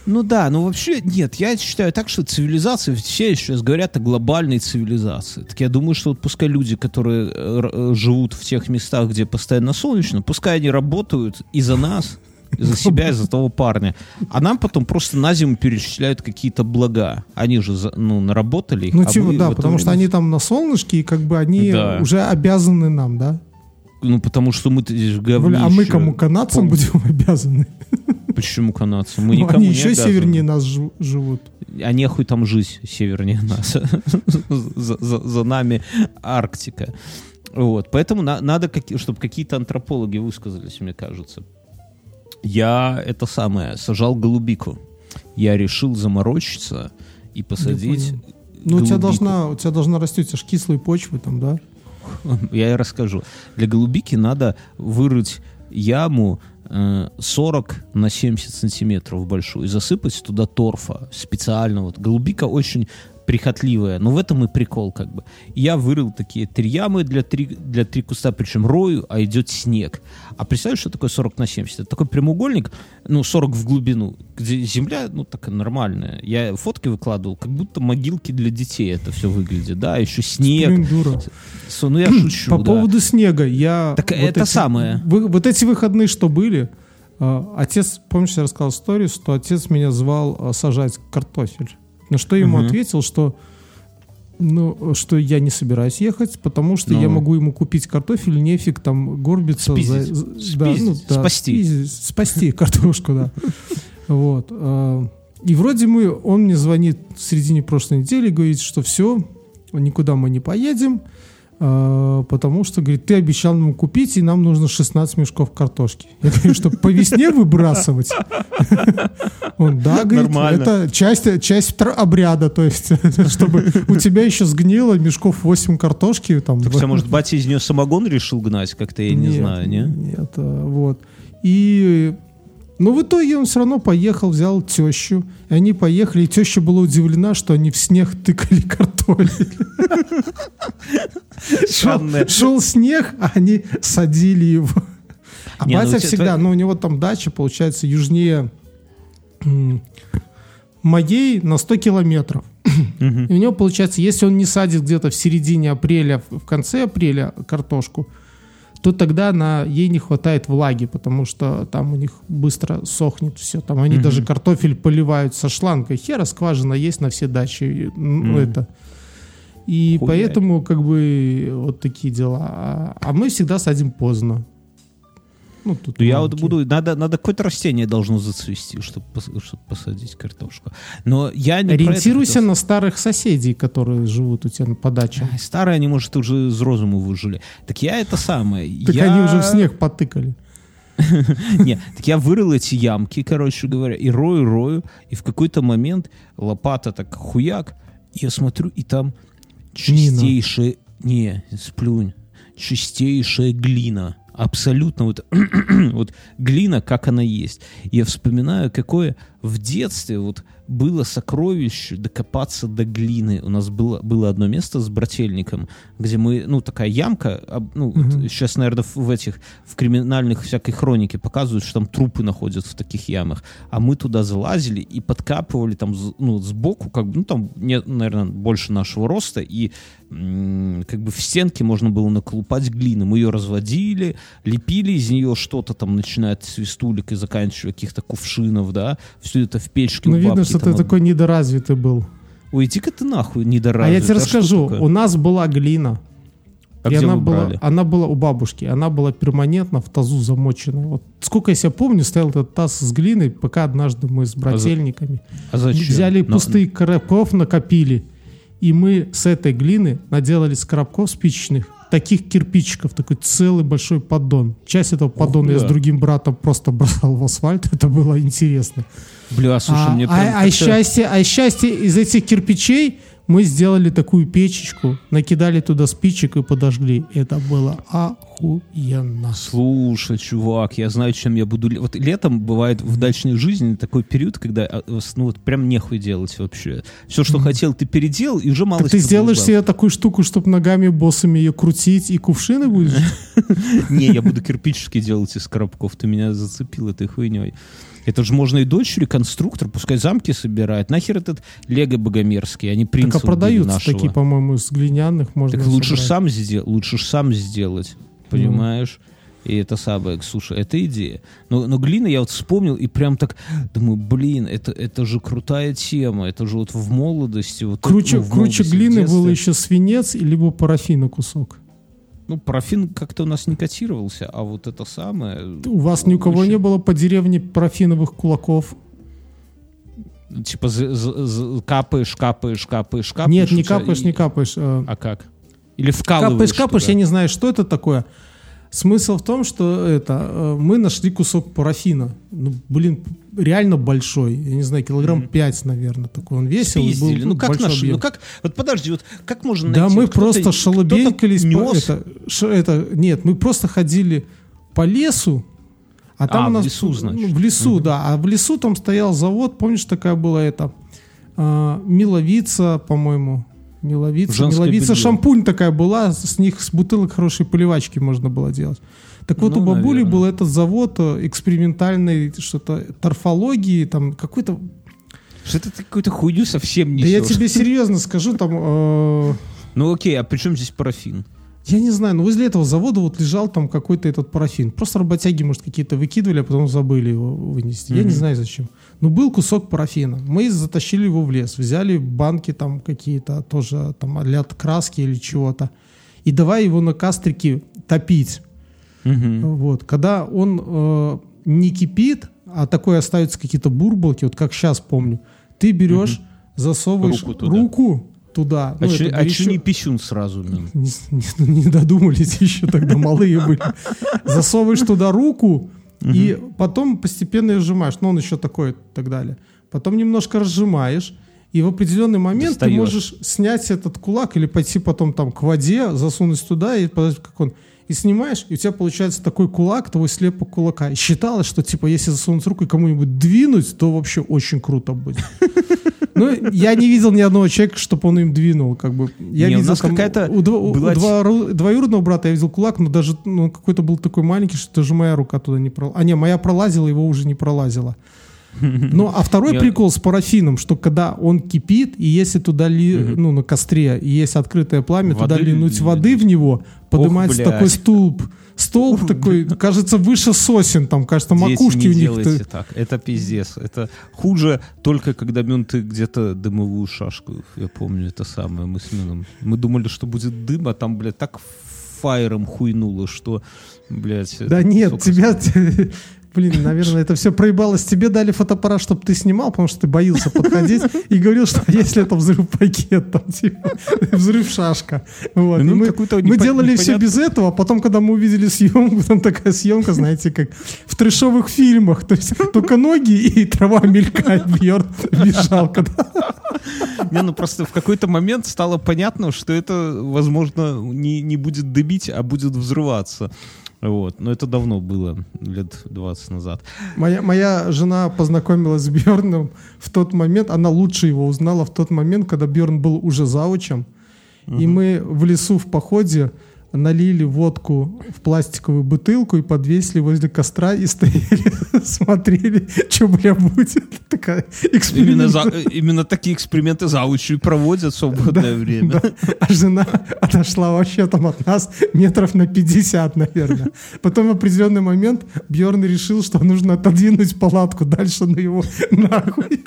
Ну да, но вообще, нет, я считаю так, что цивилизация, все сейчас говорят о глобальной цивилизации. Так я думаю, что вот пускай люди, которые э, живут в тех местах, где постоянно солнечно, пускай они работают и за нас, и за себя, и за того парня. А нам потом просто на зиму перечисляют какие-то блага. Они же, ну, наработали их. Ну, а типа, да, потому время... что они там на солнышке, и как бы они да. уже обязаны нам, да? Ну, потому что мы-то здесь в говне. А мы кому, канадцам Пом... будем обязаны? Почему канадцам? Мы ну, никому они не еще обязаны. Севернее нас жив- живут. А нехуй там жить севернее нас. за, за, за нами Арктика. Вот. Поэтому на, надо, чтобы какие-то антропологи высказались, мне кажется. Я это самое, сажал голубику. Я решил заморочиться и посадить Ну, у тебя, голубику. должна, у тебя должна расти, у тебя же кислые почвы там, да? Я и расскажу. Для голубики надо вырыть яму э, сорок на семьдесят сантиметров большую и засыпать туда торфа специально. Вот. Голубика очень прихотливая, но в этом и прикол как бы. Я вырыл такие три ямы для три, для три куста, причем рою, а идет снег. А представляешь, что такое сорок на семьдесят? Это такой прямоугольник, ну, сорок в глубину, где земля, ну, такая нормальная. Я фотки выкладывал, как будто могилки для детей это все выглядит, да, еще снег. Блин, дура. Со, ну, я шучу, По да. поводу снега, я... Так вот это эти, самое. Вы, вот эти выходные, что были, э, отец, помнишь, я рассказал историю, что отец меня звал э, сажать картофель. На что ему uh-huh. ответил, что, ну, что я не собираюсь ехать, потому что ну. я могу ему купить картофель, нефиг там горбиться. Спиздить. За, Спиздить. Да, ну, да, спасти. Спиздить, спасти картошку, да. Вот. И вроде мы, он мне звонит в середине прошлой недели, говорит, что все, никуда мы не поедем, потому что, говорит, ты обещал нам купить, и нам нужно шестнадцать мешков картошки. Я говорю, что по весне выбрасывать? Он, да, говорит, нормально. Это часть, часть обряда, то есть, чтобы у тебя еще сгнило мешков восемь картошки. Там, так что, может, батя из нее самогон решил гнать, как-то, я не нет, знаю, не? Нет, вот. И... Но в итоге он все равно поехал, взял тещу. И они поехали, и теща была удивлена, что они в снег тыкали картофель. Шел, шел снег, а они садили его. А Не, батя ну, всегда, это... ну у него там дача, получается, южнее моей на сто километров. Uh-huh. И у него, получается, если он не садит где-то в середине апреля, в конце апреля картошку, то тогда на, ей не хватает влаги, потому что там у них быстро сохнет все. Там они uh-huh. даже картофель поливают со шланга. Хера скважина есть на все дачи. Ну, uh-huh. это. И Хуя. Поэтому как бы вот такие дела. А, а мы всегда садим поздно. Ну, тут я вот буду, надо, надо какое-то растение должно зацвести, чтобы, чтобы посадить картошку. Но я не ориентируйся на старых соседей, которые живут у тебя по дачам. Старые они, может, уже из розуму выжили. Так я это самое. Так я... они уже в снег потыкали. Нет, так я вырыл эти ямки, короче говоря, и рою, рою, и в какой-то момент лопата так хуяк, я смотрю, и там чистейшая, не, сплюнь, чистейшая глина. Абсолютно вот, вот глина, как она есть. Я вспоминаю, какое в детстве вот было сокровище докопаться до глины. У нас было, было одно место с брательником, где мы, ну, такая ямка, ну, угу. вот сейчас, наверное, в, в этих, в криминальных всякой хронике показывают, что там трупы находятся в таких ямах, а мы туда залазили и подкапывали там, ну, сбоку, как бы, ну, там, нет, наверное, больше нашего роста, и м- как бы в стенке можно было наколупать глины. Мы ее разводили, лепили из нее что-то там, начиная от свистулек и заканчивая каких-то кувшинов, да, все это в печке ну, у бабки. Видно, что ты об... такой недоразвитый был. Ой, иди-ка ты нахуй недоразвитый. А я тебе а расскажу, у нас была глина. А и где она вы была, брали? она была у бабушки, она была перманентно в тазу замочена. Вот сколько я себя помню, стоял этот таз с глиной, пока однажды мы с брательниками а за... а взяли Но... пустые коробков, накопили, и мы с этой глины наделали с коробков спичечных таких кирпичиков, такой целый большой поддон. Часть этого поддона Ох, я с другим братом просто бросал в асфальт, это было интересно. Бля, слушай, а, мне прям а, а, счастье, а счастье из этих кирпичей мы сделали такую печечку, накидали туда спичек и подожгли. Это было охуенно. Слушай, чувак, я знаю, чем я буду... Вот летом бывает в дачной жизни такой период, когда ну вот прям нехуй делать вообще. Все, что mm-hmm. хотел, ты переделал, и уже мало... Ты сделаешь себе такую штуку, чтобы ногами боссами ее крутить, и кувшины будешь? Не, я буду кирпичики делать из коробков. Ты меня зацепил этой хуйней. Это же можно и дочери, конструктор, пускай замки собирает. Нахер этот Лего богомерзкий, они принцы Так а продаются нашего. такие, по-моему, из глиняных можно Так лучше ж собрать. сам, сдел- лучше ж сам сделать, понимаешь? И это самое, слушай, это идея. Но, но глина я вот вспомнил и прям так думаю, блин, это, это же крутая тема. Это же вот в молодости. Вот, Круче, ну, в круче молодости, в глины детстве. был еще свинец, либо парафина кусок. Ну, парафин как-то у нас не котировался, а вот это самое... У вас ни у кого еще- не было по деревне парафиновых кулаков? Типа за- за- за- капаешь, капаешь, капаешь, капаешь. Нет, не у тебя капаешь, и- не капаешь. а А как? Или вкалываешь Капаешь, капаешь, туда? я не знаю, что это такое. Смысл в том, что это э, мы нашли кусок парафина. Ну, блин, реально большой. Я не знаю, килограмм пять, наверное, такой он весил. и был, Спиздили. Ну как большой нашли? объем. Ну как? Вот подожди, вот как можно Да, найти? мы Вот кто-то- просто шалобенькались. по- кто-то нес? Это, ш- это, нет, мы просто ходили по лесу. А там А, у в нас лесу, значит. ну, в лесу, да. А в лесу там стоял завод, помнишь, такая была эта а, Миловица, по-моему. Миловица, Женское Миловица, белье. шампунь такая была, с них с бутылок хорошие поливачки можно было делать. Так вот, Ну, у бабули наверное. был этот завод э, экспериментальной что-то торфологии, там какой-то. Что-то ты какую-то хуйню совсем Да я несешь. тебе серьезно скажу, там. э, Ну окей, а при чем здесь парафин? Я не знаю, но возле этого завода вот лежал там какой-то этот парафин. Просто работяги, может, какие-то выкидывали, а потом забыли его вынести. Я не знаю зачем. Но был кусок парафина. Мы затащили его в лес. Взяли банки там какие-то, тоже там а-ля краски или чего-то. И давай его на кастрике топить. Мгм. Вот. Когда он э, не кипит, а такое остаются какие-то бурбалки, вот как сейчас помню, ты берешь, засовываешь Руку туда. руку туда. А ну, че это а горячо. че не писюн сразу? блин? Не, не- не додумались еще тогда, малые были. Засовываешь туда руку и потом постепенно ее сжимаешь. Ну, он еще такой и так далее. Потом немножко разжимаешь, и в определенный момент ты Достаешь. можешь снять этот кулак или пойти потом там к воде, засунуть туда и подожди, как он. И снимаешь, и у тебя получается такой кулак, твой слепок кулака. И считалось, что типа если засунуть руку и кому-нибудь двинуть, то вообще очень круто будет. Ну, я не видел ни одного человека, чтобы он им двинул, как бы. Я Не, у видел нас там какая-то у, дво- у была- двору- двоюродного брата я видел кулак, но даже ну, какой-то был такой маленький, что даже моя рука туда не пролазила. А не, моя пролазила, его уже не пролазила. Ну, а второй Я- прикол с парафином, что когда он кипит, и если туда ли, ну, на костре, и есть открытое пламя, Воды туда линуть лить. воды в него, поднимается блядь. такой столб. Столб такой, кажется, выше сосен, там, кажется, Дети, макушки не у них. делайте так. Это пиздец. Это хуже только когда менты где-то дымовую шашку. Я помню это самое. Мы с Мином. Мы думали, что будет дым, а там, блядь, так фаером хуйнуло, что, блядь... Да это нет, сколько- тебя... Блин, наверное, это все проебалось. Тебе дали фотоаппарат, чтобы ты снимал, потому что ты боился подходить и говорил, что если это взрыв-пакет, там, типа, взрыв-шашка. Вот. И Ну, мы какую-то мы непон- делали все непонятную- без этого, а потом, когда мы увидели съемку, там такая съемка, знаете, как в трэшовых фильмах. То есть только ноги и трава мелькает, Бьерн бежал. Когда... Не, ну просто в какой-то момент стало понятно, что это, возможно, не, не будет дымить, а будет взрываться. Вот. Но это давно было, лет двадцать назад. Моя, моя жена познакомилась с Бьерном в тот момент, она лучше его узнала в тот момент, когда Бьерн был уже заучем. И мы в лесу в походе налили водку в пластиковую бутылку и подвесили возле костра и стояли, смотрели, что, бля, будет. Такая Именно, эксперимент. за, именно такие эксперименты заучи проводят в свободное время. Да. А жена отошла вообще там от нас метров на пятьдесят, наверное. Потом в определенный момент Бьерн решил, что нужно отодвинуть палатку дальше на его нахуй.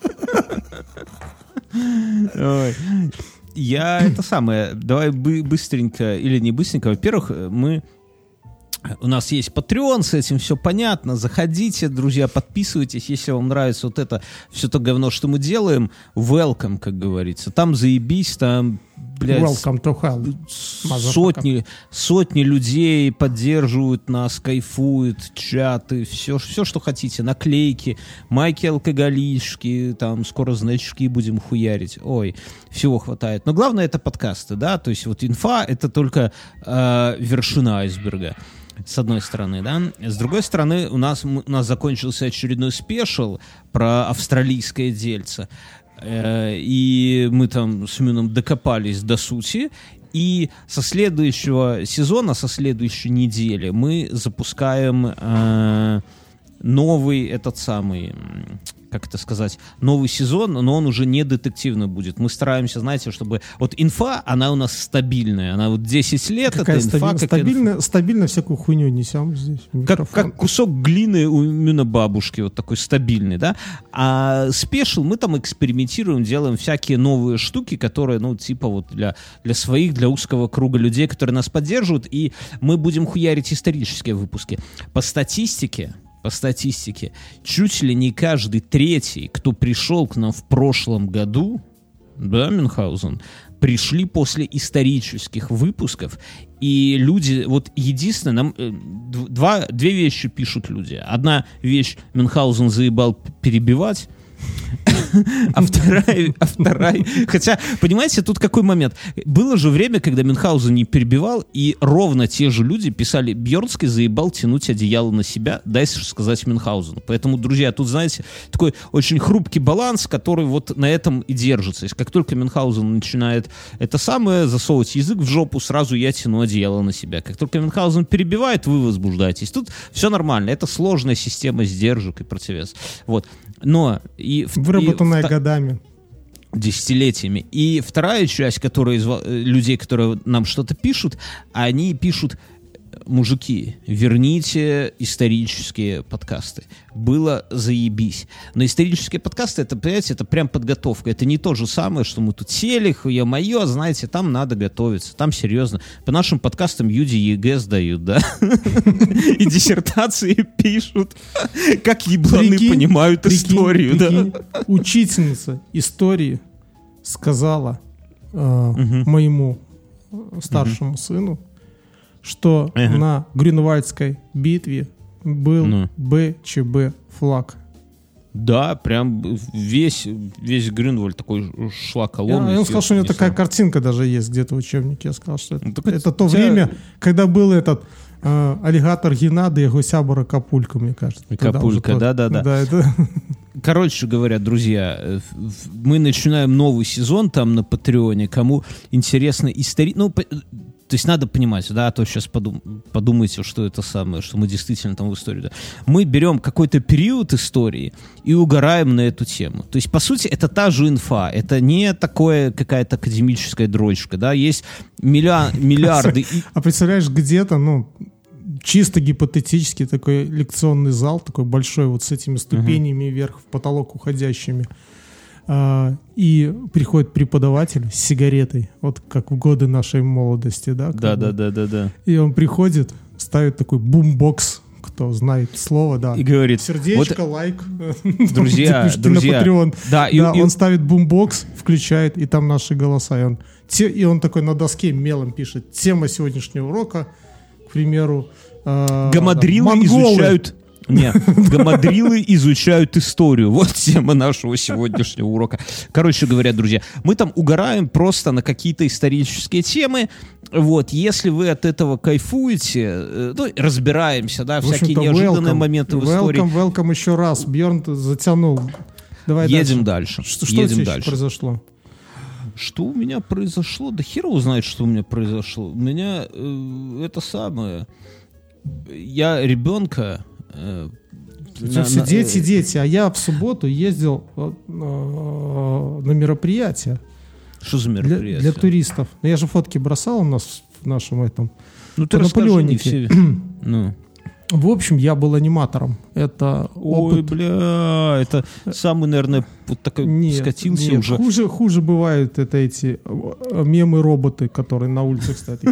Ой. Я это самое, давай бы- быстренько, или не быстренько, во-первых, мы, у нас есть Patreon, с этим все понятно, заходите, друзья, подписывайтесь, если вам нравится вот это, все то говно, что мы делаем, welcome, как говорится, там заебись, там, блядь, Welcome to hell. сотни, сотни людей поддерживают нас, кайфуют, чаты, все, все, что хотите, наклейки, майки-алкоголички, там, скоро значки будем хуярить, ой, всего хватает. Но главное это подкасты, да, то есть вот инфа это только э, вершина айсберга. С одной стороны, да. С другой стороны, у нас, у нас закончился очередной спешл про австралийское дельце. Э, и мы там с Мином докопались до сути. И со следующего сезона, со следующей недели мы запускаем э, новый этот самый... как это сказать, новый сезон, но он уже не детективный будет. Мы стараемся, знаете, чтобы... Вот инфа, она у нас стабильная. Она вот десять лет, Какая это инфа... Стабильно, как стабильно, инфа. стабильно всякую хуйню несем здесь. Как, как кусок глины у именно бабушки, вот такой стабильный, да? А спешл мы там экспериментируем, делаем всякие новые штуки, которые, ну, типа вот для, для своих, для узкого круга людей, которые нас поддерживают, и мы будем хуярить исторические выпуски. По статистике, по статистике, чуть ли не каждый третий, кто пришел к нам в прошлом году, да, Мюнхгаузен, пришли после исторических выпусков, и люди, вот единственное, нам э, два, две вещи пишут люди. Одна вещь: Мюнхгаузен заебал перебивать, а вторая, а вторая... Хотя, понимаете, тут какой момент? Было же время, когда Мюнхгаузен не перебивал, и ровно те же люди писали: Бьернский заебал тянуть одеяло на себя, дай сказать Мюнхгаузену. Поэтому, друзья, тут, знаете, такой очень хрупкий баланс, который вот на этом и держится. Как только Мюнхгаузен начинает это самое, засовывать язык в жопу, сразу я тяну одеяло на себя. Как только Мюнхгаузен перебивает, вы возбуждаетесь. Тут все нормально. Это сложная система сдержек и противовес. Вот. Но и... Выработанная и, годами. Десятилетиями. И вторая часть, которая из людей, которые нам что-то пишут, они пишут: мужики, верните исторические подкасты. Было заебись. Но исторические подкасты, это, понимаете, это прям подготовка. Это не то же самое, что мы тут сели, хуе-мое, знаете, там надо готовиться. Там серьезно. По нашим подкастам люди ЕГЭ сдают, да? И диссертации пишут. Как ебланы понимают историю, да? Учительница истории сказала моему старшему сыну, что ага. на Грюнвальдской битве был ну. БЧБ флаг. Да, прям весь, весь Грюнвальд такой шлаколом. Я, я сказал, что у него такая картинка даже есть где-то в учебнике. Я сказал, что это, ну, это то тебя... время, когда был этот э, аллигатор Геннадий, его сябора Капулька, мне кажется. Капулька, да-да-да. Да, это... Короче говоря, друзья, мы начинаем новый сезон там на Патреоне. Кому интересно история... Ну, то есть надо понимать, да, а то сейчас подум, подумайте, что это самое, что мы действительно там в истории, да. Мы берем какой-то период истории и угораем на эту тему. То есть, по сути, это та же инфа, это не такое какая-то академическая дрочка, да, есть миллиа, миллиарды... А представляешь, где-то, ну, чисто гипотетически такой лекционный зал, такой большой, вот с этими ступенями вверх в потолок уходящими, и приходит преподаватель с сигаретой, вот как в годы нашей молодости, да? Да, да, да, да, да. И он приходит, ставит такой бумбокс, кто знает слово, да. И говорит: сердечко, вот, лайк. Друзья, друзья. Да, и, да и, он и... ставит бумбокс, включает, и там наши голоса. И он, те, и он такой на доске мелом пишет: тема сегодняшнего урока, к примеру... Э, Гамадрилы да, изучают... Нет, гамадрилы изучают историю. Вот тема нашего сегодняшнего урока. Короче говоря, друзья, мы там угораем просто на какие-то исторические темы. Вот, если вы от этого кайфуете, ну, разбираемся, да, всякие неожиданные welcome. моменты в истории. Welcome, welcome еще раз. Бьерн затянул. Давай Едем дальше. дальше. Что, Едем что дальше. произошло? Что у меня произошло? Да хер его знает, что у меня произошло. У меня э, это самое... Я ребенка... На, сидеть, сидеть. А я в субботу ездил э, э, на мероприятие. Что за мероприятие? Для, для туристов. Я же фотки бросал у нас в нашем этом. Ну ты расскажи, все... ну. В общем, я был аниматором. Это Ой, опыт... бля, это самый, наверное, вот такой нет, скатился нет, уже. Хуже, хуже бывают это эти мемы-роботы, которые на улице, кстати.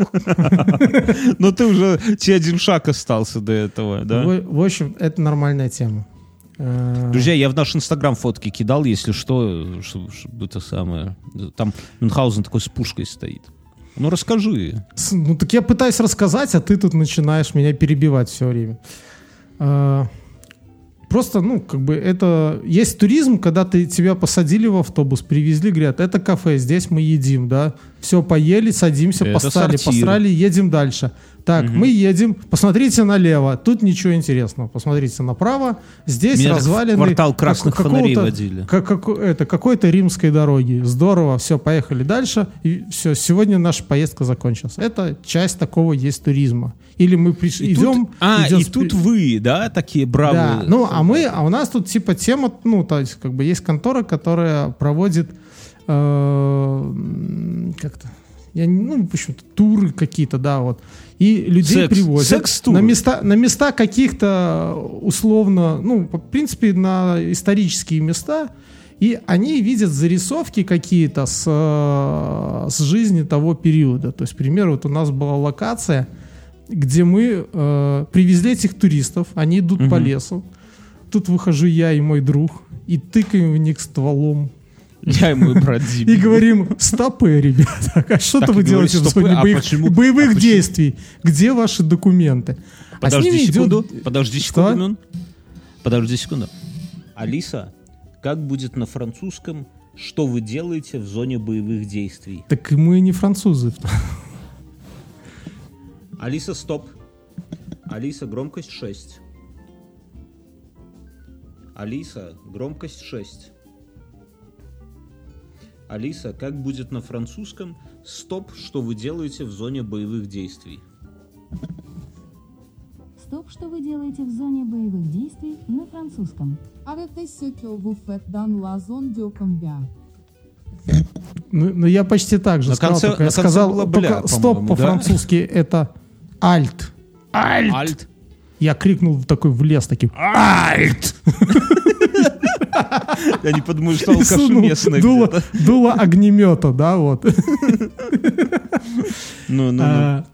Но ты уже, тебе один шаг остался до этого, да? В общем, это нормальная тема. Друзья, я в наш инстаграм фотки кидал, если что, чтобы это самое... Там Мюнхгаузен такой с пушкой стоит. Ну, расскажи. Ну, так я пытаюсь рассказать, а ты тут начинаешь меня перебивать все время. А, просто, ну, как бы это... Есть туризм, когда ты, тебя посадили в автобус, привезли, говорят, это кафе, здесь мы едим, да. все, поели, садимся, Это постали, сортир. посрали, едем дальше. Так, мы едем, посмотрите налево, тут ничего интересного. Посмотрите направо, здесь Меня так в развалины квартал красных как- фонарей какого-то- водили. как- как- это, какой-то римской дороги. Здорово, все, поехали дальше. И все, сегодня наша поездка закончилась. Это часть такого есть туризма. Или мы пришли, И идем... тут, а, идем и с- тут вы, да, такие бравые. Да, ну, а мы, а у нас тут типа тема, ну, то есть, как бы есть контора, которая проводит э, м, как-то, я, не- ну, в общем-то, туры какие-то, да, вот. И людей Секс- привозят секс-туры. на места, на места каких-то условно, ну, в принципе, на исторические места, и они видят зарисовки какие-то с, э, с жизни того периода. То есть, к примеру, вот у нас была локация, где мы э, привезли этих туристов, они идут по лесу. Тут выхожу я и мой друг, и тыкаем в них стволом. Я и мой брат И Димит. говорим, стопы, ребята, а что-то Так вы и делаете в говорить, стопы, зоне а боевых, почему- боевых а почему- действий? Где ваши документы? А с Подожди ними идет- секунду, подожди Что? секунду, Мюн. Подожди секунду. Алиса, как будет на французском, что вы делаете в зоне боевых действий? Так мы не французы. Алиса, стоп. Алиса, громкость шесть. Алиса, громкость шесть. Алиса, как будет на французском «Стоп, что вы делаете в зоне боевых действий»? Стоп, что вы делаете в зоне боевых действий на французском. Arrêtez ce que vous faites dans la zone de combat. Ну, ну, я почти так же На сказал, конце- только я на конце сказал, было только «бля», стоп по-моему, да? по-французски это альт. Альт. Альт. Я крикнул такой в лес таким альт. Я не подумаю, что И алкаш сунул местный дуло, где-то. дуло огнемета, да, вот. Ну, ну, ну. А,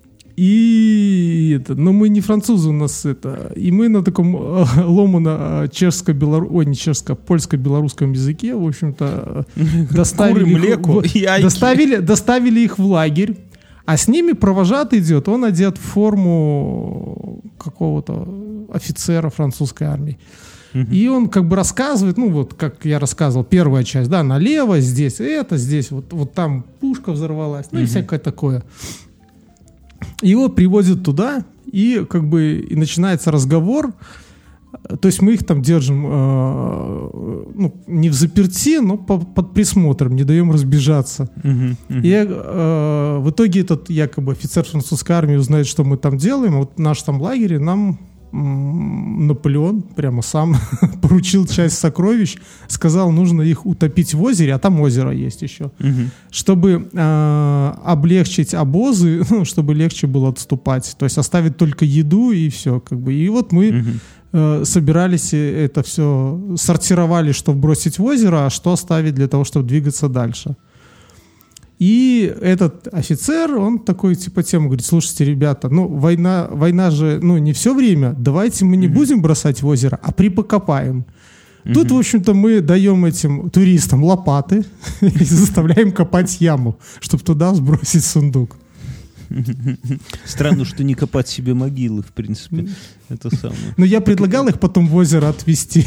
И это, но мы не французы у нас это, и мы на таком э, ломано чешско-белору, ой, не чешско, польско-белорусском языке, в общем-то, э, доставили, Куры, их млеко, в- яйки. доставили, доставили их в лагерь, а с ними провожатый идет, он одет в форму какого-то офицера французской армии. И он как бы рассказывает, ну вот, как я рассказывал, первая часть, да, налево, здесь это, здесь вот, вот там пушка взорвалась, ну и всякое такое. Его привозят туда, и как бы и начинается разговор. То есть мы их там держим, э, ну, не в заперти, но по- под присмотром, не даем разбежаться. И э, в итоге этот якобы офицер французской армии узнает, что мы там делаем. Вот в нашем там лагере нам м, Наполеон прямо сам поручил часть сокровищ, сказал, нужно их утопить в озере, а там озеро есть еще, чтобы э, облегчить обозы, ну, чтобы легче было отступать. То есть оставить только еду и все. Как бы. И вот мы э, собирались и это все, сортировали, что бросить в озеро, а что оставить для того, чтобы двигаться дальше. И этот офицер, он такой типа тему говорит, слушайте, ребята, ну война, война же, ну не все время, давайте мы не будем бросать в озеро, а припокопаем. Тут, в общем-то, мы даем этим туристам лопаты и заставляем копать яму, чтобы туда сбросить сундук. Странно, что не копать себе могилы, в принципе. Это самое. Но я предлагал их потом в озеро отвезти.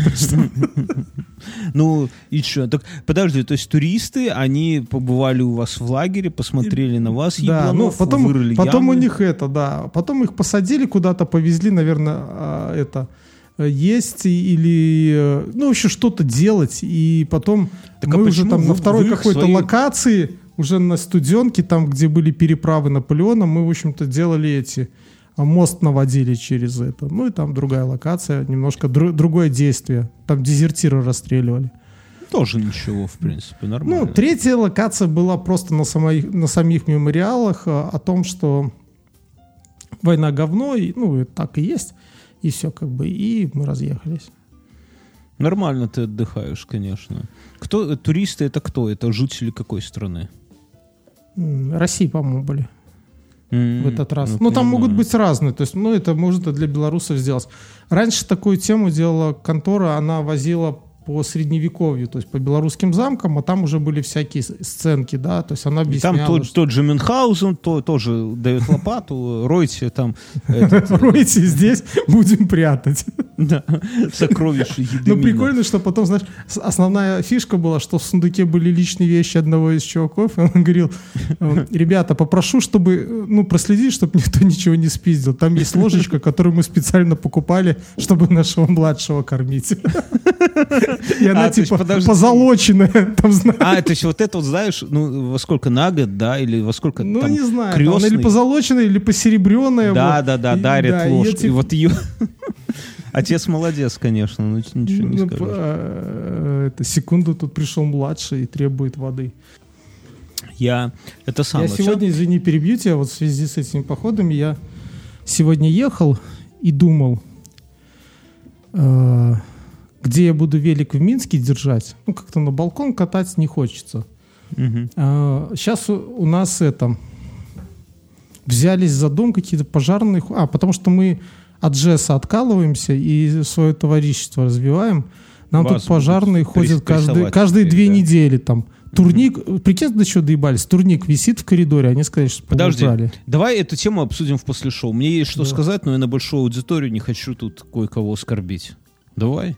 Ну, и что? Так, подожди, то есть туристы, они побывали у вас в лагере, посмотрели на вас, Да, ну ебланов, потом, вырыли потом у ямы. них это, да, потом их посадили куда-то, повезли, наверное, а, это э, есть и- или, э, ну, вообще что-то делать, и потом Так а мы уже почему там вы- на второй вы их какой-то свои- локации, уже на Студенке, там, где были переправы Наполеона, мы, в общем-то, делали эти, а, мост наводили через это, ну, и там другая локация, немножко дру- другое действие, там дезертиры расстреливали. Тоже ничего, в принципе, нормально. Ну, третья локация была просто на, самой, на самих мемориалах а, о том, что война говно, и, ну, и так и есть, и все как бы, и мы разъехались. Нормально ты отдыхаешь, конечно. Кто, туристы это кто? Это жители какой страны? М, России, по-моему, были М, в этот раз. Ну, понимаю. там могут быть разные, то есть, ну, это можно для белорусов сделать. Раньше такую тему делала контора, она возила по средневековью, то есть по белорусским замкам, а там уже были всякие сценки, да, то есть она И объясняла... там тот, что... тот же Мюнхгаузен то, тоже дает лопату, ройте там... этот, Ройте, здесь будем прятать. Да, сокровища Едемина. Ну, прикольно, что потом, знаешь, с- основная фишка была, что в сундуке были личные вещи одного из чуваков, и он говорил: ребята, попрошу, чтобы, ну, проследить, чтобы никто ничего не спиздил. Там есть ложечка, которую мы специально покупали, чтобы нашего младшего кормить. И она, А, то есть, типа, подожди. позолоченная. Там, знаешь. А, то есть вот это вот, знаешь, ну, во сколько на год, да, или во сколько Ну, там не знаю, там она крестный? или позолоченная, или посеребренная. Да, вот. да, да, И- дарят да, и ложку. я, И типа, вот ее... Отец молодец, конечно, ну ничего не ну, скажешь. э, это, секунду, тут пришел младший и требует воды. Я... Это самое... Я сегодня, извини, перебью тебя, вот в связи с этими походами, я сегодня ехал и думал, э, где я буду велик в Минске держать. Ну, как-то на балкон катать не хочется. Мгм. Сейчас у, у нас это... Взялись за дом какие-то пожарные... ху- А, потому что мы от ЖЭСа откалываемся и свое товарищество развиваем. Нам Вас тут пожарные будут ходят прес- каждые, прессовать каждые теперь, две да. недели там. Турник, прикинь, до чего доебались? Турник висит в коридоре, они сказали, что Подожди, поубрали. давай эту тему обсудим в после шоу. Мне есть что Да. сказать, но я на большую аудиторию не хочу тут кое-кого оскорбить. Давай.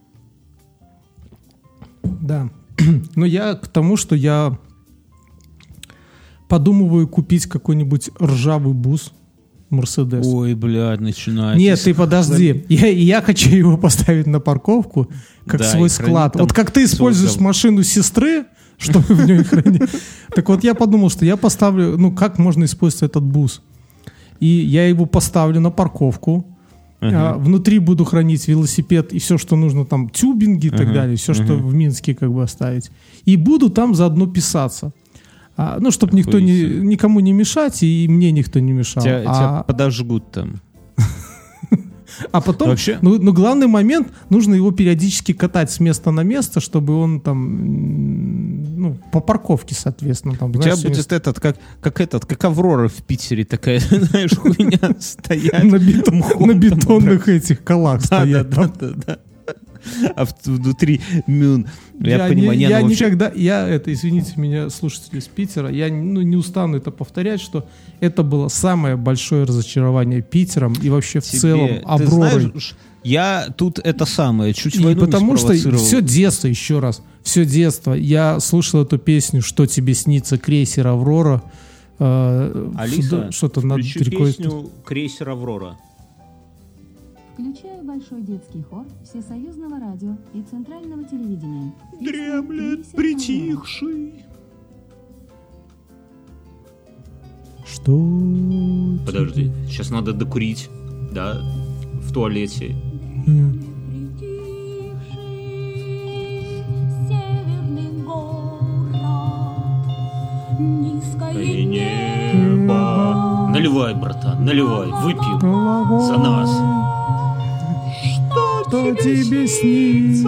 Да. Но я к тому, что я подумываю купить какой-нибудь ржавый бус Мерседес. Ой, блядь, начинается. Нет, ты подожди. Я, я хочу его поставить на парковку, как Да, свой и хранить склад. там Вот как ты используешь создал. машину сестры, чтобы в ней хранить. Так вот, я подумал, что я поставлю, ну, как можно использовать этот бус. И я его поставлю на парковку. А, внутри буду хранить велосипед и все, что нужно, там, тюбинги и так Ага, далее, все, что ага. в Минске как бы оставить. И буду там заодно писаться. А, ну, чтобы никто не, Охуительно. никому не мешать, и мне никто не мешал. Тебя, А- тебя подожгут там. А потом, Вообще- ну, ну, главный момент, нужно его периодически катать с места на место, чтобы он там, м, ну, по парковке, соответственно, там, У знаешь, тебя будет этот, как, как этот, как Аврора в Питере такая, знаешь, хуйня стоять. на, бетон- мхом на там бетонных этих колах Да, да, стоять. да, там. да, да. А в- внутри Мюн. Я, Я, понимаю, не- не, я ну вообще- никогда, я это, извините меня, слушатели из Питера, я ну, не устану это повторять, что это было самое большое разочарование Питером и вообще в тебе- целом ты Авророй. знаешь, я тут это самое, чуть И войну не потому что спровоцировал. все детство, еще раз, все детство, я слушал эту песню «Что тебе снится, крейсер Аврора», э, Алиса, сюда, что-то над включи рекой. песню «Крейсер Аврора». Включаю большой детский хор Всесоюзного радио и Центрального телевидения. Песня Дремлет «Крейсер притихший. Что? Подожди, сейчас надо докурить, да, в туалете. Низкое Небо. Наливай, братан, наливай, выпьем за нас. Что тебе снится,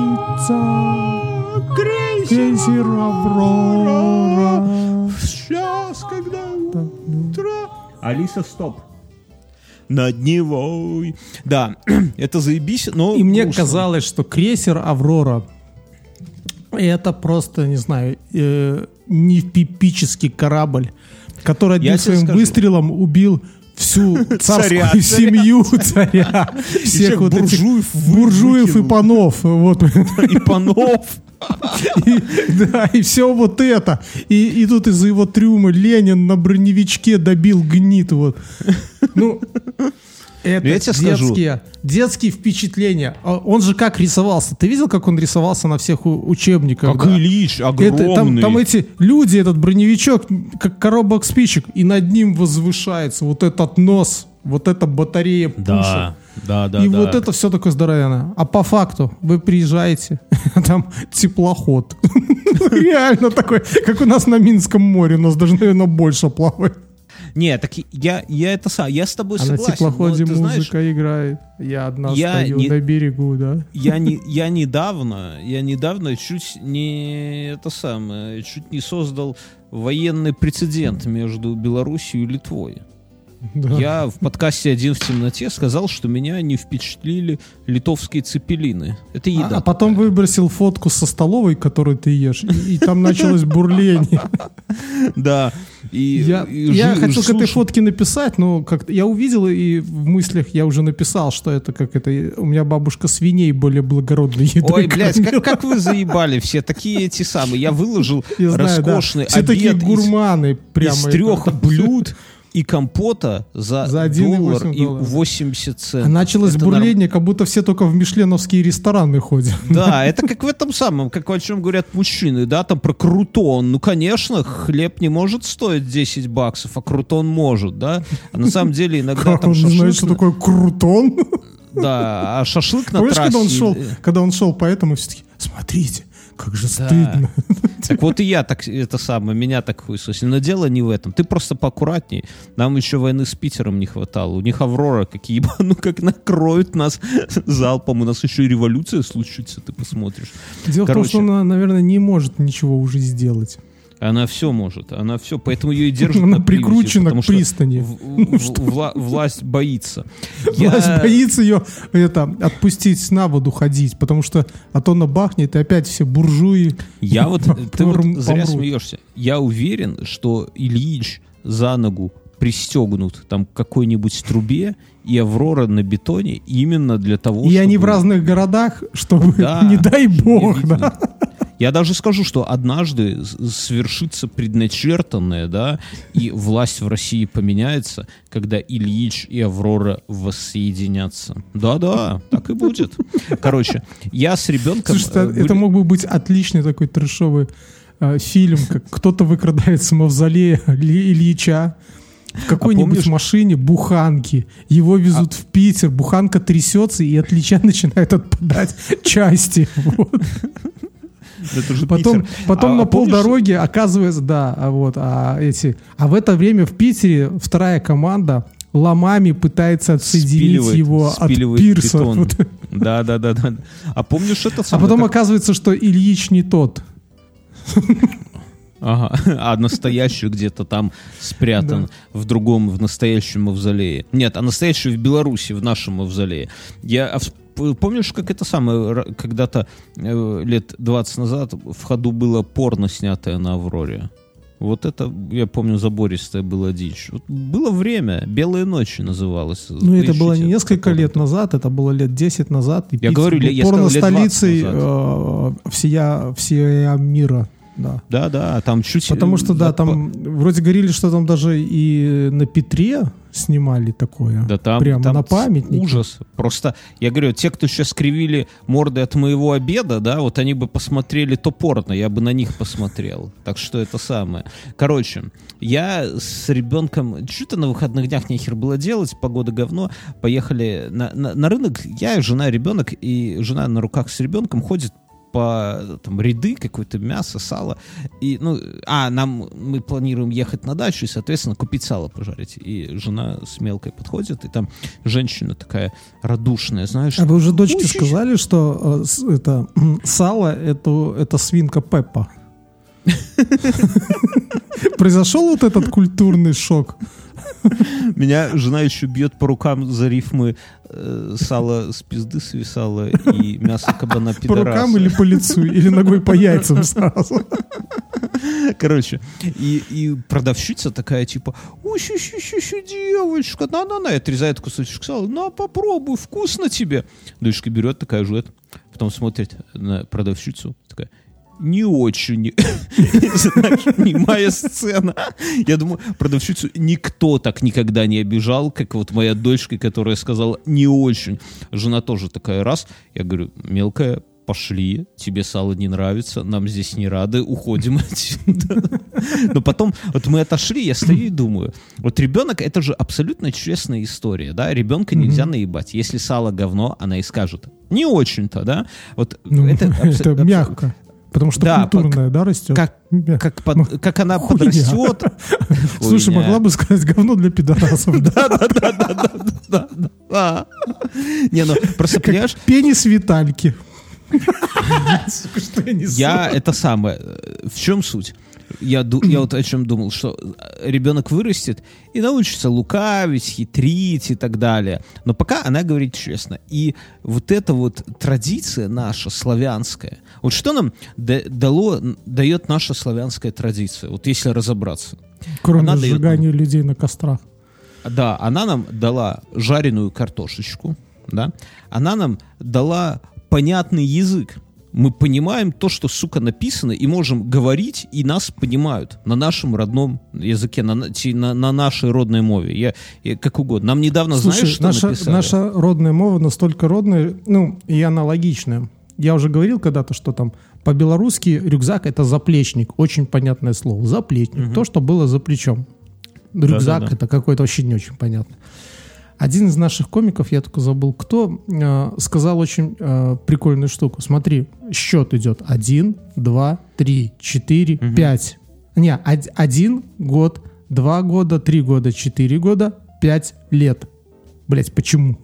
крейсер Аврора? Сейчас, когда утро. Алиса, стоп. Над Невой. Да, это заебись, но... И мне грустно. казалось, что крейсер Аврора это просто, не знаю, э, нефипический корабль, который одним Я тебе своим скажу. выстрелом убил всю царскую Царя, семью, царя, всех всех вот этих буржуев буржуев и выкинул. панов. Вот. И панов. И, да, и все вот это. И, и тут из-за его трюма Ленин на броневичке добил гнит. Вот. Ну, это Я тебе скажу. детские, детские впечатления. А Он же как рисовался? Ты видел, как он рисовался на всех у- учебниках? Как да? Ильич, Это, огромный. там, там эти люди, этот броневичок, как коробок спичек, и над ним возвышается вот этот нос, вот эта батарея пушек. Да, да, да. И да. вот это все такое здоровенное. А по факту вы приезжаете, а там теплоход. Реально такой, как у нас на Минском море. У нас даже, наверное, больше плавает. Не, так я, я это сам, я с тобой А на согласен. теплоходе но ты знаешь, музыка играет. Я одна я стою не- на берегу, да? я, не, я недавно, я недавно чуть не это самое, чуть не создал военный прецедент между Белоруссией и Литвой. Да. Я в подкасте «Один в темноте» сказал, что меня не впечатлили литовские цепелины. Это еда. А, а потом выбросил фотку со столовой, которую ты ешь, и, и там началось бурление. Да. И, Я, и я жи- хотел к этой слушай, фотке написать, но как я увидел, и в мыслях я уже написал, что это как это... У меня бабушка свиней более благородной едой Ой, блядь, кормила. как, как вы заебали все, такие эти самые. Я выложил Я знаю, да. роскошный Все такие обед из, гурманы. Прямо из это. трех блюд и компота за, За один и доллар восемь и долларов. восемьдесят А центов. началось Это бурление, как будто все только в мишленовские рестораны ходят. Да, это как в этом самом, как о чем говорят мужчины, да, там про крутон. Ну, конечно, хлеб не может стоить десять баксов, а крутон может, да. А на самом деле иногда Как там он не шашлык... знает, что на- такое крутон? Да, а шашлык на Помнишь, трассе... когда он шел, когда он шел по этому, все таки смотрите, как же Да. стыдно. Так вот и я так, это самое, меня так хуесосили. Но дело не в этом. Ты просто поаккуратней. Нам еще войны с Питером не хватало. У них Аврора какие, ну как накроют нас залпом. У нас еще и революция случится, ты посмотришь. Дело в том, Короче. что она, наверное, не может ничего уже сделать. Она все может, она все, поэтому ее и держат Она на привязи, прикручена потому к что пристани. в- в- вла- власть боится. Я- Власть боится ее это, отпустить на воду ходить, потому что а то она бахнет, и опять все буржуи. Я вот, ты вот Помрут. зря смеешься. Я уверен, что Ильич за ногу пристегнут там к какой-нибудь трубе, и Аврора на бетоне именно для того, И чтобы... они в разных городах, чтобы, Да, не дай бог, не видно. да. Я даже скажу, что однажды с- свершится предначертанное, да, и власть в России поменяется, когда Ильич и Аврора воссоединятся. Да-да, так и будет. Короче, я с ребенком... Слушай, это, э, были- это мог бы быть отличный такой трэшовый э, фильм, как кто-то выкрадает с мавзолея Ли- Ильича в какой-нибудь помнишь- машине буханки. Его везут в Питер, буханка трясется, и от Ильича начинают отпадать части. Вот. Это же Потом, Питер. потом А- на а помнишь, полдороги оказывается, да, а вот, а эти, а в это время в Питере вторая команда ломами пытается отсоединить спиливает- его от спиливает пирса. бетон. Вот. Да, да, да, да. А помнишь это А самое? потом как- оказывается, что Ильич не тот. Ага. А настоящий где-то там спрятан в другом, в настоящем мавзолее. Нет, а настоящий в Беларуси, в нашем мавзолее. Я а всп- помнишь, как это самое, ра- когда-то э, лет двадцать назад в ходу было порно, снятое на Авроре? Вот это, я помню, забористая была дичь. Вот было время, «Белые ночи» называлось. Ну, это было не Поищите несколько такое. лет назад, это было лет десять назад. И Я Питер говорю, был я сказал, лет порно-столицей двадцать э, всея, всея мира. Да. Да, да, там чуть... Потому что, да, за- там вроде говорили, что там даже и на Петре снимали такое. Да там, Прямо там на памятнике. ужас. Просто, я говорю, те, кто сейчас скривили морды от моего обеда, да, вот они бы посмотрели то порно, я бы на них посмотрел. Так что это самое. Короче, я с ребенком, что-то на выходных днях нехер было делать, погода говно, поехали на, на, на рынок, я, жена, ребенок, и жена на руках с ребенком ходит по там ряды, какое-то мясо, сало. И, ну, а, нам, мы планируем ехать на дачу и, соответственно, купить сало пожарить. И жена с мелкой подходит, и там женщина такая радушная, знаешь. А вы уже дочке «Ой, сказали, что э, с- это м, сало это, это свинка Пеппа? Произошел вот этот культурный шок? Меня жена еще бьет по рукам за рифмы э, сало с пизды свисало и мясо кабана По пидораса. рукам или по лицу, или ногой по яйцам сразу? Короче, и, и продавщица такая, типа, ой, щу, щу, щу, щу, девочка, на-на-на, и отрезает кусочек сала, на, попробуй, вкусно тебе. Дочка берет, такая жует, потом смотрит на продавщицу, такая, не очень. Знаешь, немая сцена. Я думаю, продавщицу никто так никогда не обижал, как вот моя дочка, которая сказала не очень. Жена тоже такая раз. Я говорю, мелкая, пошли, тебе сало не нравится, нам здесь не рады, уходим отсюда. Но потом, вот мы отошли, я стою и думаю, вот ребенок, это же абсолютно честная история, да, ребенка нельзя наебать. Если сало говно, она и скажет, не очень-то, да. Вот Ну, это, это абсо- мягко. Потому что Да, культурная, да, растет? как, Мя- как, под- как она Хуйня. подрастет. Слушай, Хуйня. могла бы сказать говно для пидорасов. Да, Да. А. Не, ну просто понимаешь, пенис Витальки. Сука, что я несу? я это самое. э, В чем суть? Я, ду- я вот о чем думал, что ребенок вырастет и научится лукавить, хитрить и так далее. Но пока она говорит честно. И вот эта вот традиция наша, славянская, вот что нам да- дало, дает наша славянская традиция, вот если разобраться. Кроме Она дает сжигания нам- людей на кострах. Да, она нам дала жареную картошечку, да, она нам дала понятный язык. Мы понимаем то, что, сука, написано, и можем говорить, и нас понимают на нашем родном языке, на, на, на, на нашей родной мове. Я, я, как угодно. Нам недавно, Слушай, знаешь, что наша, написали? наша родная мова настолько родная, ну, и аналогичная. Я уже говорил когда-то, что там по-белорусски рюкзак — это заплечник. Очень понятное слово. Заплечник. Мгм. То, что было за плечом. Рюкзак Да-да-да. — это какое-то вообще не очень понятно. Один из наших комиков, я только забыл кто, э, сказал очень э, прикольную штуку. Смотри, счет идет один, два, три, четыре, Мгм. пять. Не, од- один год, два года, три года, четыре года, пять лет. Блять, почему?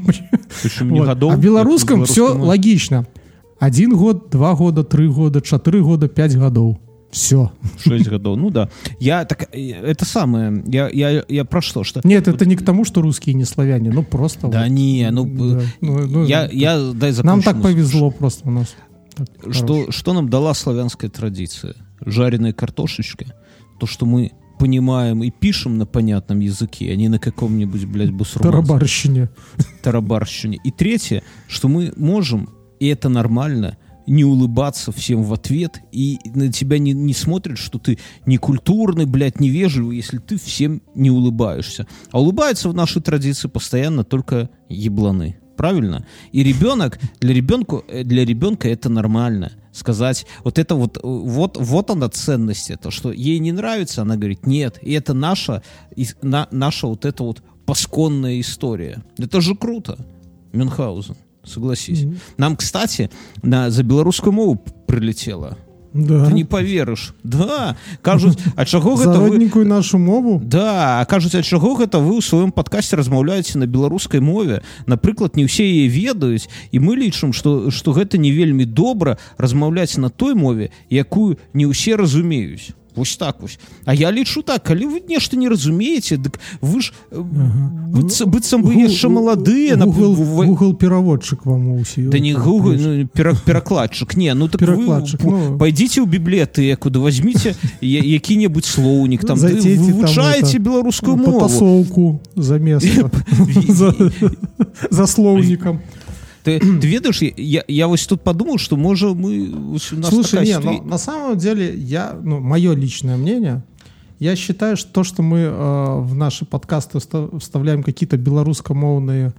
Причем не Вот. годов, А в белорусском это все белорусскому- логично. Один год, два года, три года, четыре года, пять годов. Все. Шесть годов, ну да. Я так, э, это самое, я, я, я про что? что Нет, это не к тому, что русские не славяне, ну просто. Да вот. не, ну, Да. э, Ну, ну, я, я, дай Нам закончу так мысль. повезло просто у нас. Так, хорошо. Что, что нам дала славянская традиция? Жареная картошечка, то, что мы понимаем и пишем на понятном языке, а не на каком-нибудь, блядь, бусурманском. Тарабарщине. Тарабарщине. И третье, что мы можем, и это нормально, не улыбаться всем в ответ, и на тебя не, не смотрят, что ты некультурный, блядь, невежливый, если ты всем не улыбаешься. А улыбаются в нашей традиции постоянно только ебланы. Правильно? И ребенок, для ребенка, для ребенка это нормально. Сказать, вот это вот, вот, вот она ценность, это, что ей не нравится, она говорит, нет, и это наша, и, на, наша вот эта вот пасконная история. Это же круто, Мюнхгаузен, согласись. Мгм. Нам, кстати, на, за белорусскую мову прилетело. Да. Ты не поверишь. Да, кажуть, а чаго гэта вы... Зародненькую нашу мову. Да, а кажуць, а чаго гэта вы ў сваём падкасці размаўляеце на беларускай мове? Напрыклад, не ўсе яе ведаюць, і мы лічым, што, што гэта не вельмі добра размаўляць на той мове, якую не ўсе разумеюць. Вось так вось. А я лічу так, калі вы нешта не разумееце, дык вы ж э, быццам, быццам вы яшчэ маладыя. на- Google, в- Google пераводчик вам усі. Да не Google, ну, пера- перакладчык. Не, ну так Перакладчык, вы ну. пойдите ў бібліятэку, да возьмите я- які-небудзь слоўнік, там, да, Зайдите вы там вывучаеце это, беларускую мову. Потасовку за место. За- За словником. Ты, ты ведаешь, я, я вот тут подумал, что, может, мы... вот у нас Слушай, такая не, ситуа- но на самом деле, я, ну, мое личное мнение, я считаю, что то, что мы э, в наши подкасты вста- вставляем какие-то белорусскомовные...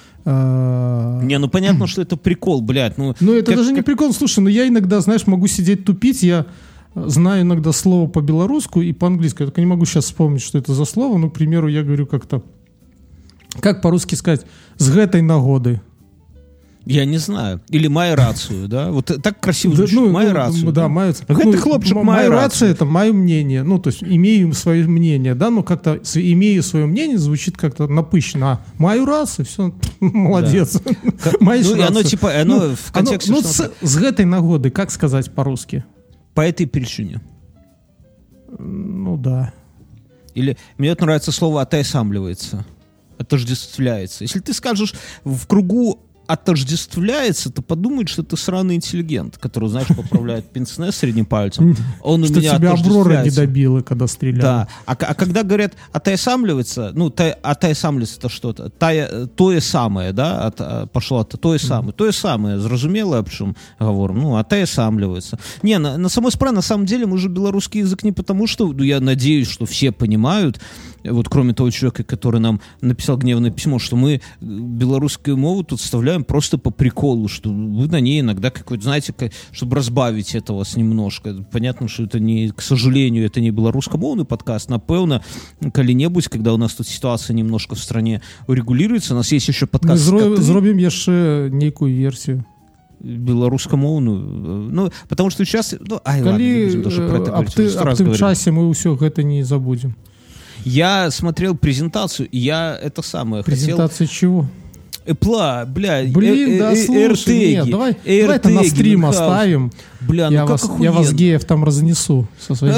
э, Не, ну понятно, что это прикол, блядь. Ну, ну, это как- даже не как- прикол. Слушай, ну я иногда, знаешь, могу сидеть тупить, я э, знаю иногда слово по-белорусски и по-английски. Я только не могу сейчас вспомнить, что это за слово. Ну, к примеру, я говорю как-то... Как по-русски сказать? «С гэтай нагоды». Я не знаю. Или «маю рацию», да? Вот так красиво звучит. ну, «Маю ну, рацию». да, маю, Гэты хлопчик м- мае маю рацию. рацию, это мое мнение. Ну, то есть имею свое мнение, да, ну как-то с- имею свое мнение звучит как-то напыщенно. А мою рацию, все, молодец. Маешь Ну, и оно рацию. типа, оно Ну, в контексте... оно- что ну, оно с, с гэтай нагоды, как сказать по-русски? по этой причине. Ну да. Или мне вот нравится слово «отосамливается», «отождествляется». Если ты скажешь в кругу «отождествляется», то подумают, что ты сраный интеллигент, который, знаешь, поправляет пенсне средним пальцем. Он у Что меня тебя Аврора не отождествляется. добила, когда стреляли. Да. А, к- а когда говорят «отосамливается», ну, та- «отосамливается» — это что-то, тая, тое самое, да, от, а, пошло от тое самое, тое самое, зразумела, об чым говорим, ну, «отосамливается». Не, на, на самой справе, на самом деле, мы же белорусский язык не потому, что, ну, я надеюсь, что все понимают, вот кроме того человека, который нам написал гневное письмо, что мы белорусскую мову тут вставляем просто по приколу, что вы на ней иногда какой-то, знаете, как- чтобы разбавить этого с немножко. Понятно, что это не, к сожалению, это не белорусскомовный подкаст, напевно, коли-небудь, когда у нас тут ситуация немножко в стране урегулируется, у нас есть еще Мы подкаст зро- «Скоты», зробим яшчэ нейкую версию. беларускамоўную, ну, потому что сейчас, ну, ай, ладно, не Калі будем даже про это э, аб говорить, ты- сто аб раз тым говорили. часе мы ўсё гэта не забудем. Я смотрел презентацию, и я это самое хотел... Презентация чего? Эпла, блядь. Блин, да, слушай, нет, давай, давай это на стрим оставим. Бля, ну я, как вас, я вас, геев, там разнесу со своими.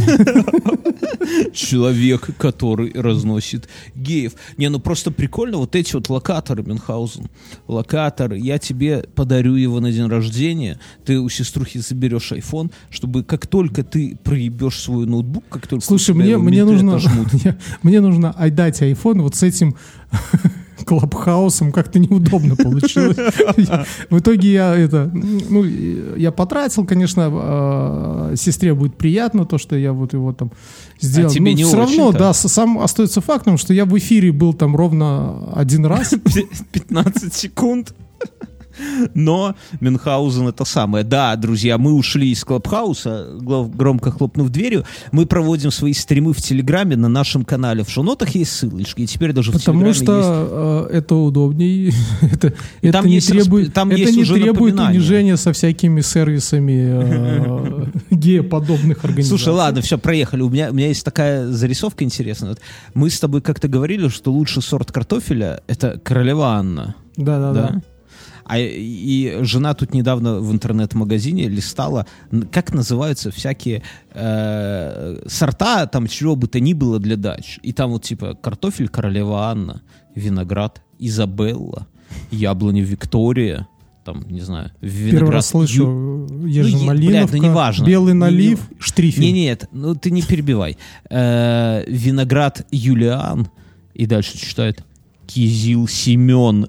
Человек, который разносит геев. Не, ну просто прикольно, вот эти вот локаторы, Мюнхгаузен. Локатор, я тебе подарю его на день рождения, ты у сеструхи заберешь айфон, чтобы как только ты проебешь свой ноутбук, как только... Слушай, мне, мне, нужно, мне, мне нужно отдать айфон вот с этим... Клабхаусом как-то неудобно получилось. В итоге я это, ну, я потратил, конечно, сестре будет приятно то, что я вот его там сделал. А тебе не все равно, очень-то? да, сам остается фактом, что я в эфире был там ровно один раз. пятнадцать секунд. Но Мюнхгаузен это самое. Да, друзья, мы ушли из Клабхауса, громко хлопнув дверью. Мы проводим свои стримы в Телеграме на нашем канале. В шоу-нотах есть ссылочки, и теперь даже Потому в Телеграме что есть... это удобнее. это И это там не есть требует, расп- там это есть не уже требует напоминания. унижения со всякими сервисами э, геоподобных организаций. Слушай, ладно, все, проехали. У меня, у меня есть такая зарисовка интересная. Вот мы с тобой как-то говорили, что лучший сорт картофеля — это Королева Анна. Да-да-да. А и жена тут недавно в интернет-магазине листала, как называются всякие э, сорта, там чего бы то ни было для дач. И там вот типа картофель Королева Анна, виноград Изабелла, яблоня Виктория, там, не знаю, виноград... Первый раз слышу, Ю... ежемалиновка, ну, неважно. белый налив, не, штрифель. Не, нет, ну ты не перебивай. Э, виноград Юлиан, и дальше читает Кизил Семен.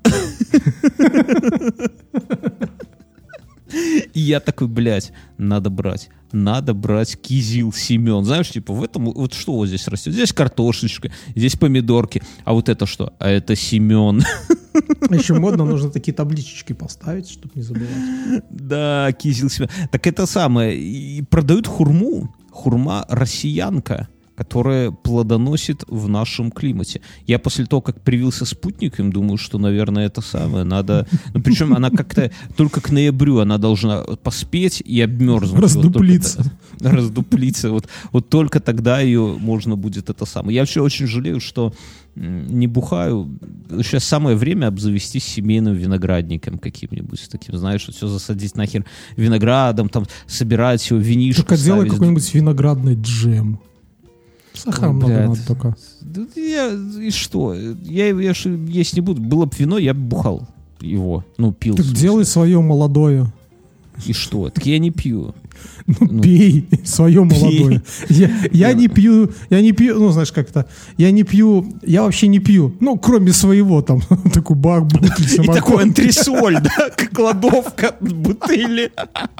И я такой, блядь, надо брать. Надо брать Кизил Семен. Знаешь, типа, в этом, вот что вот здесь растет? Здесь картошечка, здесь помидорки. А вот это что? А это Семен. Еще модно, нужно такие табличечки поставить, чтобы не забывать. Да, Кизил Семен. Так это самое. И продают хурму. Хурма россиянка, которая плодоносит в нашем климате. Я после того, как привился спутником, думаю, что, наверное, это самое. Надо... Ну, причем она как-то только к ноябрю она должна поспеть и обмерзнуть. Раздуплиться. Вот раздуплиться. Вот, вот только тогда ее можно будет это самое. Я вообще очень жалею, что не бухаю. Сейчас самое время обзавестись семейным виноградником каким-нибудь таким, знаешь, вот все засадить нахер виноградом, там, собирать его, винишко только ставить. Делай какой-нибудь виноградный джем. Сахара много надо только. Да, я, и что? Я, я ж есть не буду. Было бы вино, я бы бухал его. Ну, пил. Так делай свое молодое. И что? Так я не пью. Ну, ну пей свое молодое. Я, я не пью, я не пью, ну, знаешь, как-то, я не пью, я вообще не пью, ну, кроме своего, там, такой бак, бутыль, И такой антресоль, да, кладовка, бутыли.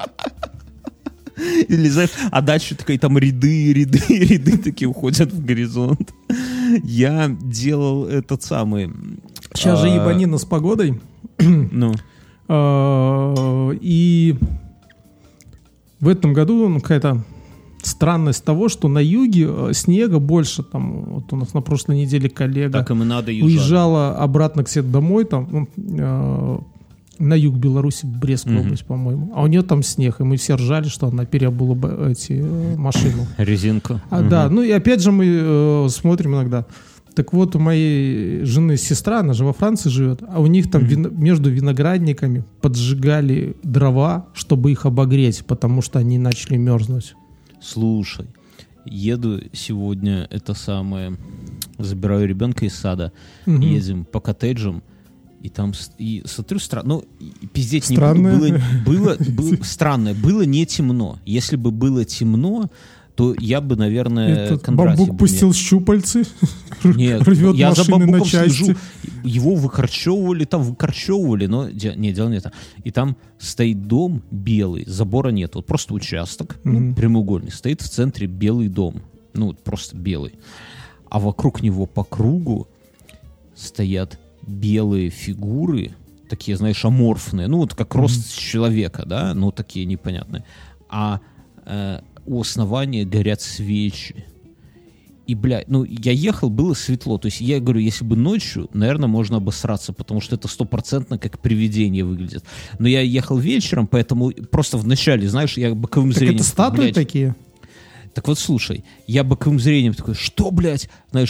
Или, знаешь, а дальше такие там ряды, ряды, ряды такие уходят в горизонт. Я делал этот самый... Сейчас же ебанина с погодой. Ну. И в этом году ну, какая-то странность того, что на юге снега больше. Там, вот у нас на прошлой неделе коллега так им и надо уезжала обратно к себе домой, там, ну, на юг Беларуси, в Брестскую mm-hmm. область, по-моему. А у нее там снег, и мы все ржали, что она переобула эти э, машину. Резинку. А, mm-hmm. Да, ну и опять же мы э, смотрим иногда. Так вот, у моей жены сестра, она же во Франции живет, а у них там mm-hmm. вино, между виноградниками поджигали дрова, чтобы их обогреть, потому что они начали мерзнуть. Слушай, еду сегодня, это самое, забираю ребенка из сада, mm-hmm. едем по коттеджам, и там, и смотрю, стра... ну, пиздеть не буду, было, было, было странное, было не темно. Если бы было темно, то я бы, наверное, Кондратий бамбук пустил мне... щупальцы, Нет, рвет я за машины на части. Слежу. Его выкорчевывали, там выкорчевывали, но де... не, дело не это. И там стоит дом белый, забора нет, вот просто участок, mm-hmm. ну, прямоугольный, стоит в центре белый дом, ну, просто белый. А вокруг него по кругу стоят белые фигуры, такие, знаешь, аморфные, ну, вот как рост mm-hmm. человека, да, ну, такие непонятные. А э, у основания горят свечи. И, блядь, ну, я ехал, было светло. То есть, я говорю, если бы ночью, наверное, можно обосраться, потому что это стопроцентно как привидение выглядит. Но я ехал вечером, поэтому просто вначале, знаешь, я боковым так зрением... это статуи блядь, такие? Так вот, слушай, я боковым зрением такой, что, блядь, знаешь,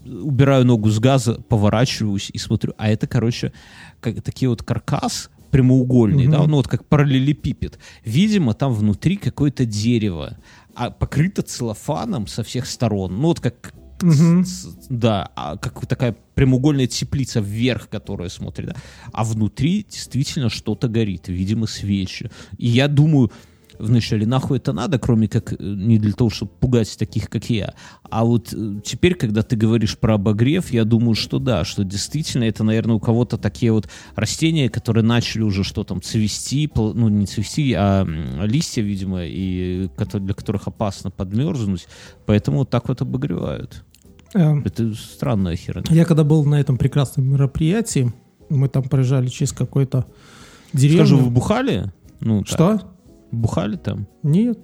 убираю ногу с газа, поворачиваюсь и смотрю, а это, короче, как, такие вот каркас прямоугольный, mm-hmm. да, ну вот как параллелепипед. Видимо, там внутри какое-то дерево, а покрыто целлофаном со всех сторон. Ну вот как, mm-hmm. с, да, а как такая прямоугольная теплица вверх, которая смотрит, да. А внутри действительно что-то горит, видимо, свечи. И я думаю, вначале нахуй это надо, кроме как не для того, чтобы пугать таких, как я. А вот теперь, когда ты говоришь про обогрев, я думаю, что да, что действительно это, наверное, у кого-то такие вот растения, которые начали уже что там цвести, ну не цвести, а листья, видимо, и для которых опасно подмерзнуть, поэтому вот так вот обогревают. А, это странная херня. Я когда был на этом прекрасном мероприятии, мы там проезжали через какой-то деревню. Скажи, вы бухали? Ну, что? Так. Бухали там? Нет.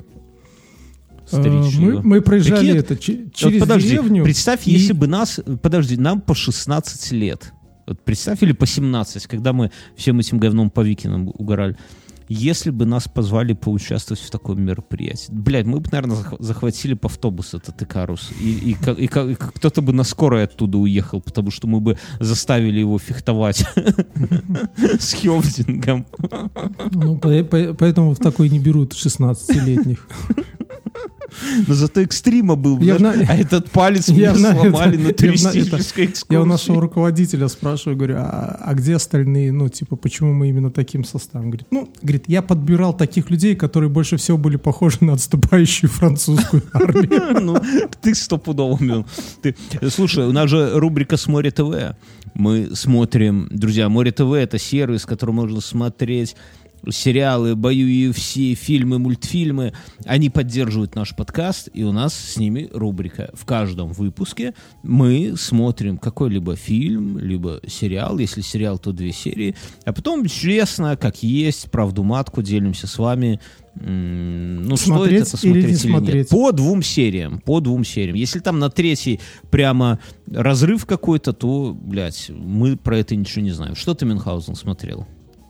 Мы, мы проезжали Прикинь, это ч- через вот подожди, деревню. Представь, и... если бы нас... Подожди, нам по шестнадцать лет. Вот представь, или по семнадцать, когда мы всем этим говном по Викинам угорали. Если бы нас позвали поучаствовать в таком мероприятии. Блядь, мы бы, наверное, захватили по автобус этот Икарус. И, и, и, и, и кто-то бы на скорой оттуда уехал, потому что мы бы заставили его фехтовать с Хёвдингом. Ну, поэтому в такой не берут шестнадцатилетних. Но зато экстрима был, я на... а этот палец мне сломали это, на туристической экскурсии. Я у нашего руководителя спрашиваю, говорю, а, а где остальные, ну, типа, почему мы именно таким составом? Говорит, ну, говорит, я подбирал таких людей, которые больше всего были похожи на отступающую французскую армию. Ну, ты стопудово умел. Слушай, у нас же рубрика «С Море ТВ». Мы смотрим, друзья, Море ТВ — это сервис, который можно смотреть сериалы, бою ю эф си, фильмы, мультфильмы. Они поддерживают наш подкаст, и у нас с ними рубрика. В каждом выпуске мы смотрим какой-либо фильм, либо сериал. Если сериал, то две серии. А потом честно, как есть, правду матку делимся с вами. Ну, смотреть стоит это смотреть или не или смотреть? Нет. По двум сериям. По двум сериям. Если там на третьей прямо разрыв какой-то, то, блядь, мы про это ничего не знаем. Что ты, Мюнхгаузен, смотрел?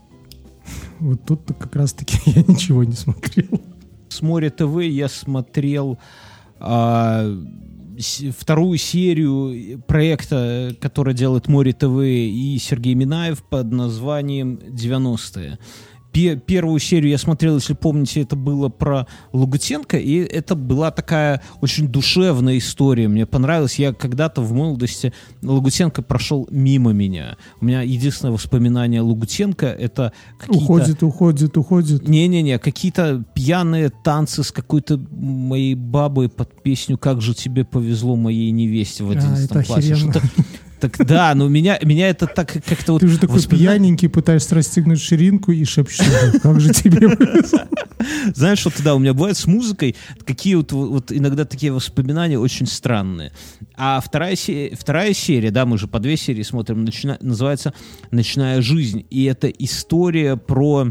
Вот тут-то как раз-таки я ничего не смотрел. С Море ТВ я смотрел а, с, вторую серию проекта, который делает Море ТВ и Сергей Минаев под названием «девяностые». Первую серию я смотрел, если помните, это было про Лагутенко, и это была такая очень душевная история. Мне понравилось. Я когда-то в молодости Лагутенко прошел мимо меня. У меня единственное воспоминание о Лагутенко — это какие-то... Уходит, уходит, уходит. Не-не-не, какие-то пьяные танцы с какой-то моей бабой под песню «Как же тебе повезло, моей невесте» в одиннадцатом а, классе. Что-то... Так да, но меня, меня это так как-то вот... Ты же такой воспоминание... пьяненький, пытаешься расстегнуть ширинку и шепчешь, как же тебе повезло. Знаешь, что тогда у меня бывает с музыкой, какие вот, вот иногда такие воспоминания очень странные. А вторая, се... вторая серия, да, мы же по две серии смотрим, начина... называется «Ночная жизнь». И это история про...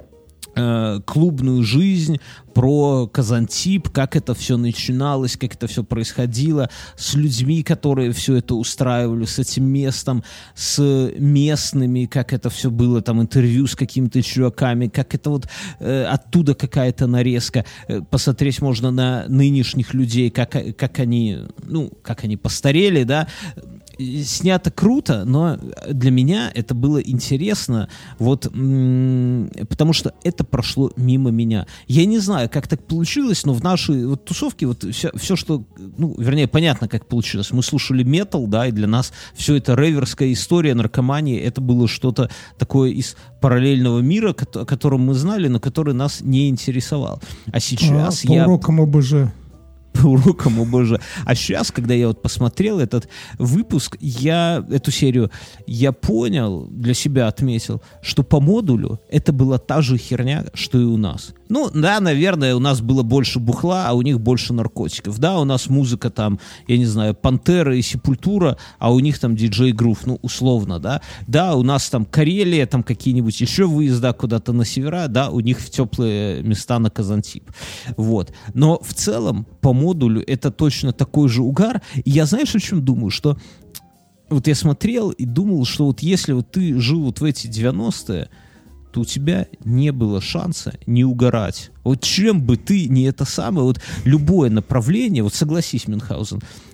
клубную жизнь, про Казантип, как это все начиналось, как это все происходило, с людьми, которые все это устраивали, с этим местом, с местными, как это все было, там интервью с какими-то чуваками, как это вот э, оттуда какая-то нарезка. Э, посмотреть можно на нынешних людей, как, как они, ну, как они постарели, да. Снято круто, но для меня это было интересно, вот, м- потому что это прошло мимо меня. Я не знаю, как так получилось, но в нашей вот тусовке вот все, все, что, ну, вернее, понятно, как получилось. Мы слушали метал, да, и для нас все это реверская история наркомании, это было что-то такое из параллельного мира, о котором мы знали, но который нас не интересовал. А сейчас а, по я... По урокам ОБЖ. По урокам, о боже. А сейчас, когда я вот посмотрел этот выпуск, я эту серию, я понял, для себя отметил, что по модулю это была та же херня, что и у нас. Ну, да, наверное, у нас было больше бухла, а у них больше наркотиков. Да, у нас музыка там, я не знаю, Пантера и Сепультура, а у них там диджей Грув, ну, условно, да. Да, у нас там Карелия, там какие-нибудь еще выезда куда-то на севера, да, у них в теплые места на Казантип. Вот. Но в целом, по модулю это точно такой же угар. И я, знаешь, о чем думаю? Что вот я смотрел и думал, что вот если вот ты жил вот в эти девяностые, то у тебя не было шанса не угорать. Вот чем бы ты не это самое, вот любое направление, вот согласись, Мюнхгаузен,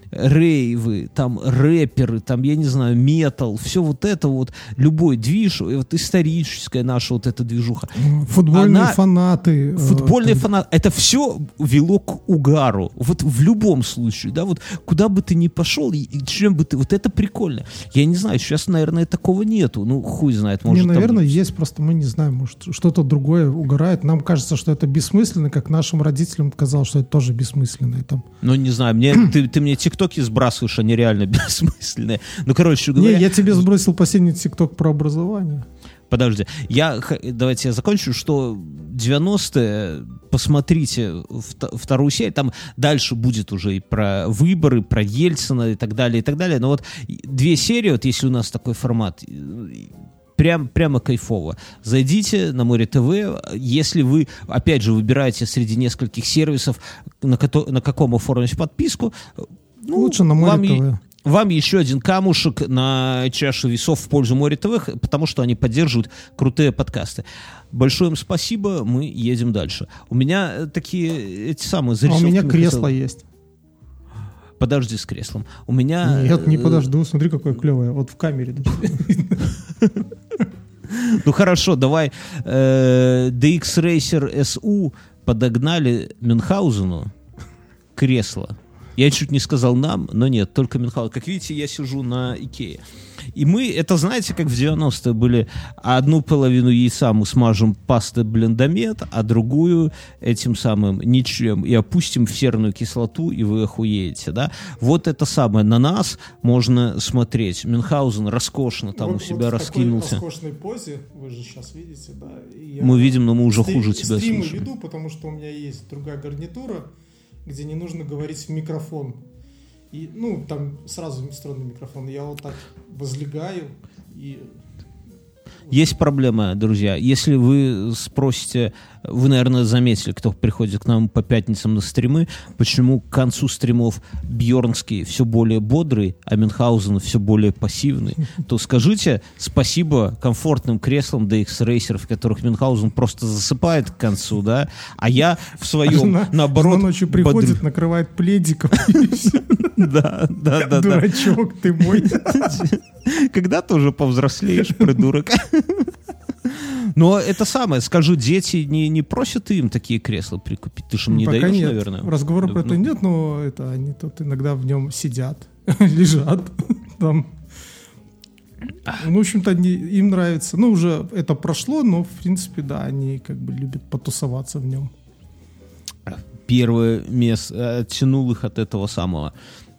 рейвы, там рэперы, там, я не знаю, метал, все вот это вот, любой движ, вот историческая наша вот эта движуха. Футбольные Она, фанаты. Футбольные э, фанаты. Это все вело к угару. Вот в любом случае, да, вот куда бы ты ни пошел, и, и чем бы ты, вот это прикольно. Я не знаю, сейчас, наверное, такого нету. Ну, хуй знает, может, Не, наверное, там... есть, просто мы не знаем, может, что-то другое угорает. Нам кажется, что это бессмысленно, как нашим родителям казалось, что это тоже бессмысленно. И там... Ну, не знаю, мне, ты, ты мне тиктоки сбрасываешь, они реально бессмысленные. Ну, короче говоря... Не, я тебе сбросил последний тикток про образование. Подожди, я, давайте я закончу, что девяностые, посмотрите вторую серию, там дальше будет уже и про выборы, про Ельцина и так далее, и так далее, но вот две серии, вот если у нас такой формат, прям, прямо кайфово. Зайдите на Море ТВ, если вы, опять же, выбираете среди нескольких сервисов, на, ко- на каком оформить подписку, ну, лучше на Море ТВ. Вам еще один камушек на чашу весов в пользу Море ТВ, потому что они поддерживают крутые подкасты. Большое им спасибо, мы едем дальше. У меня такие эти самые зарисовки... А у меня кресло хотел... есть. Подожди с креслом. У меня... Нет, не подожду, смотри, какое клевое. Вот в камере. Ну хорошо, давай ди экс Racer эс ю подогнали Мюнхгаузену кресло. Я чуть не сказал нам, но нет, только Мюнхгаузен. Как видите, я сижу на Икее. И мы, это знаете, как в девяностые были, одну половину яйца мы смажем пастой блендомет, а другую этим самым ничем, и опустим в серную кислоту, и вы охуеете, да? Вот это самое, на нас можно смотреть. Мюнхгаузен роскошно там вот, у себя вот раскинулся. В такой роскошной позе, вы же сейчас видите, да? И мы видим, но мы уже стрим, хуже тебя стримы слышим. Веду, потому что у меня есть другая гарнитура, где не нужно говорить в микрофон. И, ну, там сразу встроенный микрофон. Я вот так возлегаю и... Есть проблема, друзья. Если вы спросите, вы, наверное, заметили, кто приходит к нам по пятницам на стримы, почему к концу стримов Бьернский все более бодрый, а Мюнхгаузен все более пассивный, то скажите спасибо комфортным креслам ди экс Racer, в которых Мюнхгаузен просто засыпает к концу, да, а я в своем, жена, наоборот... Жена ночью приходит, накрывает пледиком. Да, да, да. Дурачок ты мой. Когда ты уже повзрослеешь, придурок? Но это самое, скажу, дети не, не просят им такие кресла прикупить. Ты же им не Пока даешь, нет. наверное. Разговора про ну, это нет, но это они тут иногда в нем сидят, лежат там. Ну, в общем-то, они, им нравится. Ну, уже это прошло, но, в принципе, да, они как бы любят потусоваться в нем. Первое место, оттянул их от этого самого,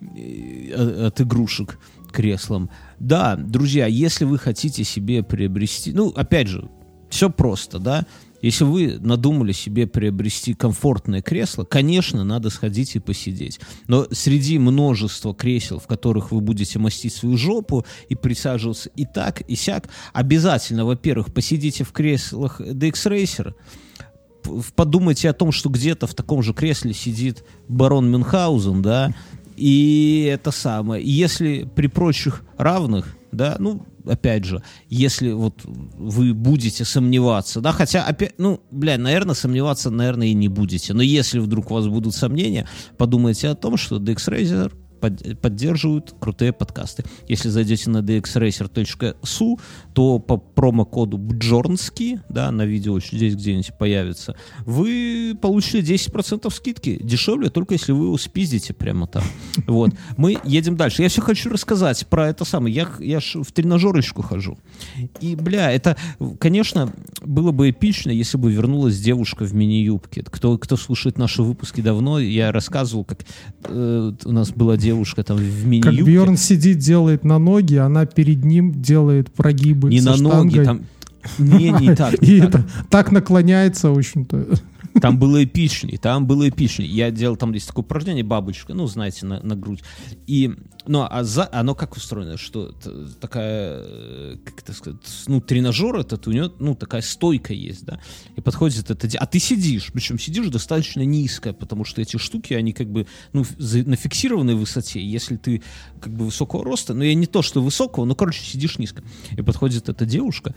от игрушек креслом. Да, друзья, если вы хотите себе приобрести, ну, опять же, все просто, да, если вы надумали себе приобрести комфортное кресло, конечно, надо сходить и посидеть. Но среди множества кресел, в которых вы будете мастить свою жопу и присаживаться и так, и сяк, обязательно, во-первых, посидите в креслах ди экс Racer, подумайте о том, что где-то в таком же кресле сидит барон Мюнхгаузен, да, и это самое. И если при прочих равных, да, ну, опять же, если вот вы будете сомневаться, да, хотя, опять, ну, бля, наверное, сомневаться, наверное, и не будете, но если вдруг у вас будут сомнения, подумайте о том, что ди экс Racer поддерживают крутые подкасты. Если зайдете на ди экс Racer точка эс ю, то по промокоду Бджорнский, да, на видео здесь где-нибудь появится, вы получите десять процентов скидки. Дешевле, только если вы его спиздите прямо там. Вот. Мы едем дальше. Я все хочу рассказать про это самое. Я, я ж в тренажерочку хожу. И, бля, это, конечно, было бы эпично, если бы вернулась девушка в мини-юбке. Кто, кто слушает наши выпуски давно, я рассказывал, как э, у нас была девушка девушка там в мини-юбке. Как Бьерн сидит, делает на ноги, она перед ним делает прогибы не со на штангой. Ноги, там... Не, не так. Не и так. это так наклоняется, в общем-то. Там было эпичней, там было эпичней. Я делал, там есть такое упражнение, бабочка, ну, знаете, на, на грудь. И, ну, а за, оно как устроено, что такая, как это сказать, ну, тренажер этот, у него, ну, такая стойка есть, да, и подходит это, а ты сидишь, причем сидишь достаточно низко, потому что эти штуки, они как бы, ну, на фиксированной высоте, если ты как бы высокого роста, ну, я не то, что высокого, но, короче, сидишь низко. И подходит эта девушка,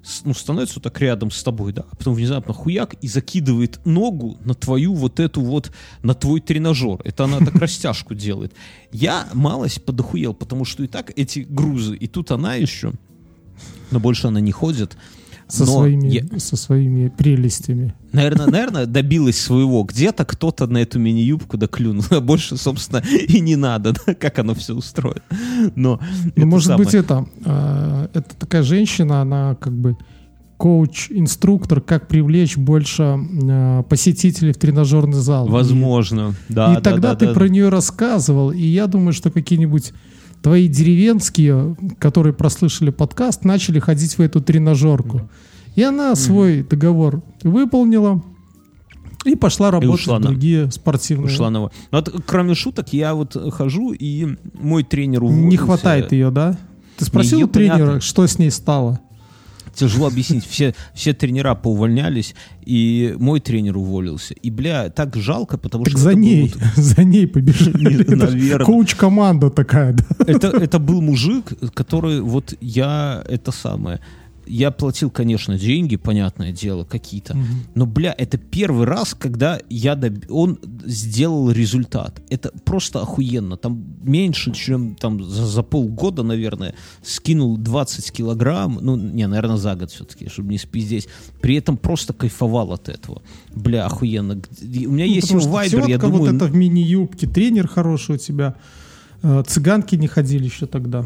с- ну, становится вот так рядом с тобой, да, а потом внезапно хуяк и закидывает ногу на твою вот эту вот, на твой тренажер. Это она так растяжку делает. Я малость подохуел, потому что и так эти грузы, и тут она еще, но больше она не ходит. Со, Но своими, я- со своими прелестями. Наверное, наверное, добилась своего. Где-то кто-то на эту мини-юбку доклюнул. А больше, собственно, и не надо, да, как оно все устроит. Но Ну, это может самое. быть, это, э, это такая женщина, она как бы коуч-инструктор, как привлечь больше э, посетителей в тренажерный зал. Возможно, И, да. и да, тогда да, ты да. про нее рассказывал, и я думаю, что какие-нибудь твои деревенские, которые прослышали подкаст, начали ходить в эту тренажерку. И она свой договор выполнила и пошла работать ушла в на- другие спортивные. Ушла на... Ну, вот, кроме шуток, я вот хожу, и мой тренер уволился. Не хватает ее, да? Ты спросил её у тренера, понятно. что с ней стало? Тяжело объяснить. Все, все тренера поувольнялись, и мой тренер уволился. И, бля, так жалко, потому Так что... за это был ней, вот- за ней побежали. Не, Это ж наверно. коуч-команда такая, да? это, это был мужик, который вот я это самое. Я платил, конечно, деньги, понятное дело, какие-то. Но, бля, это первый раз, когда я доб... он сделал результат. Это просто охуенно. Там меньше, чем там за, за полгода, наверное, скинул двадцать килограмм. Ну, не, наверное, за год все-таки, чтобы не спиздеть. При этом просто кайфовал от этого. Бля, охуенно. Г- У меня есть Ну, его потому что вайбер, я тетка думаю... вот это в мини-юбке, тренер хороший у тебя. Э, Цыганки не ходили еще тогда.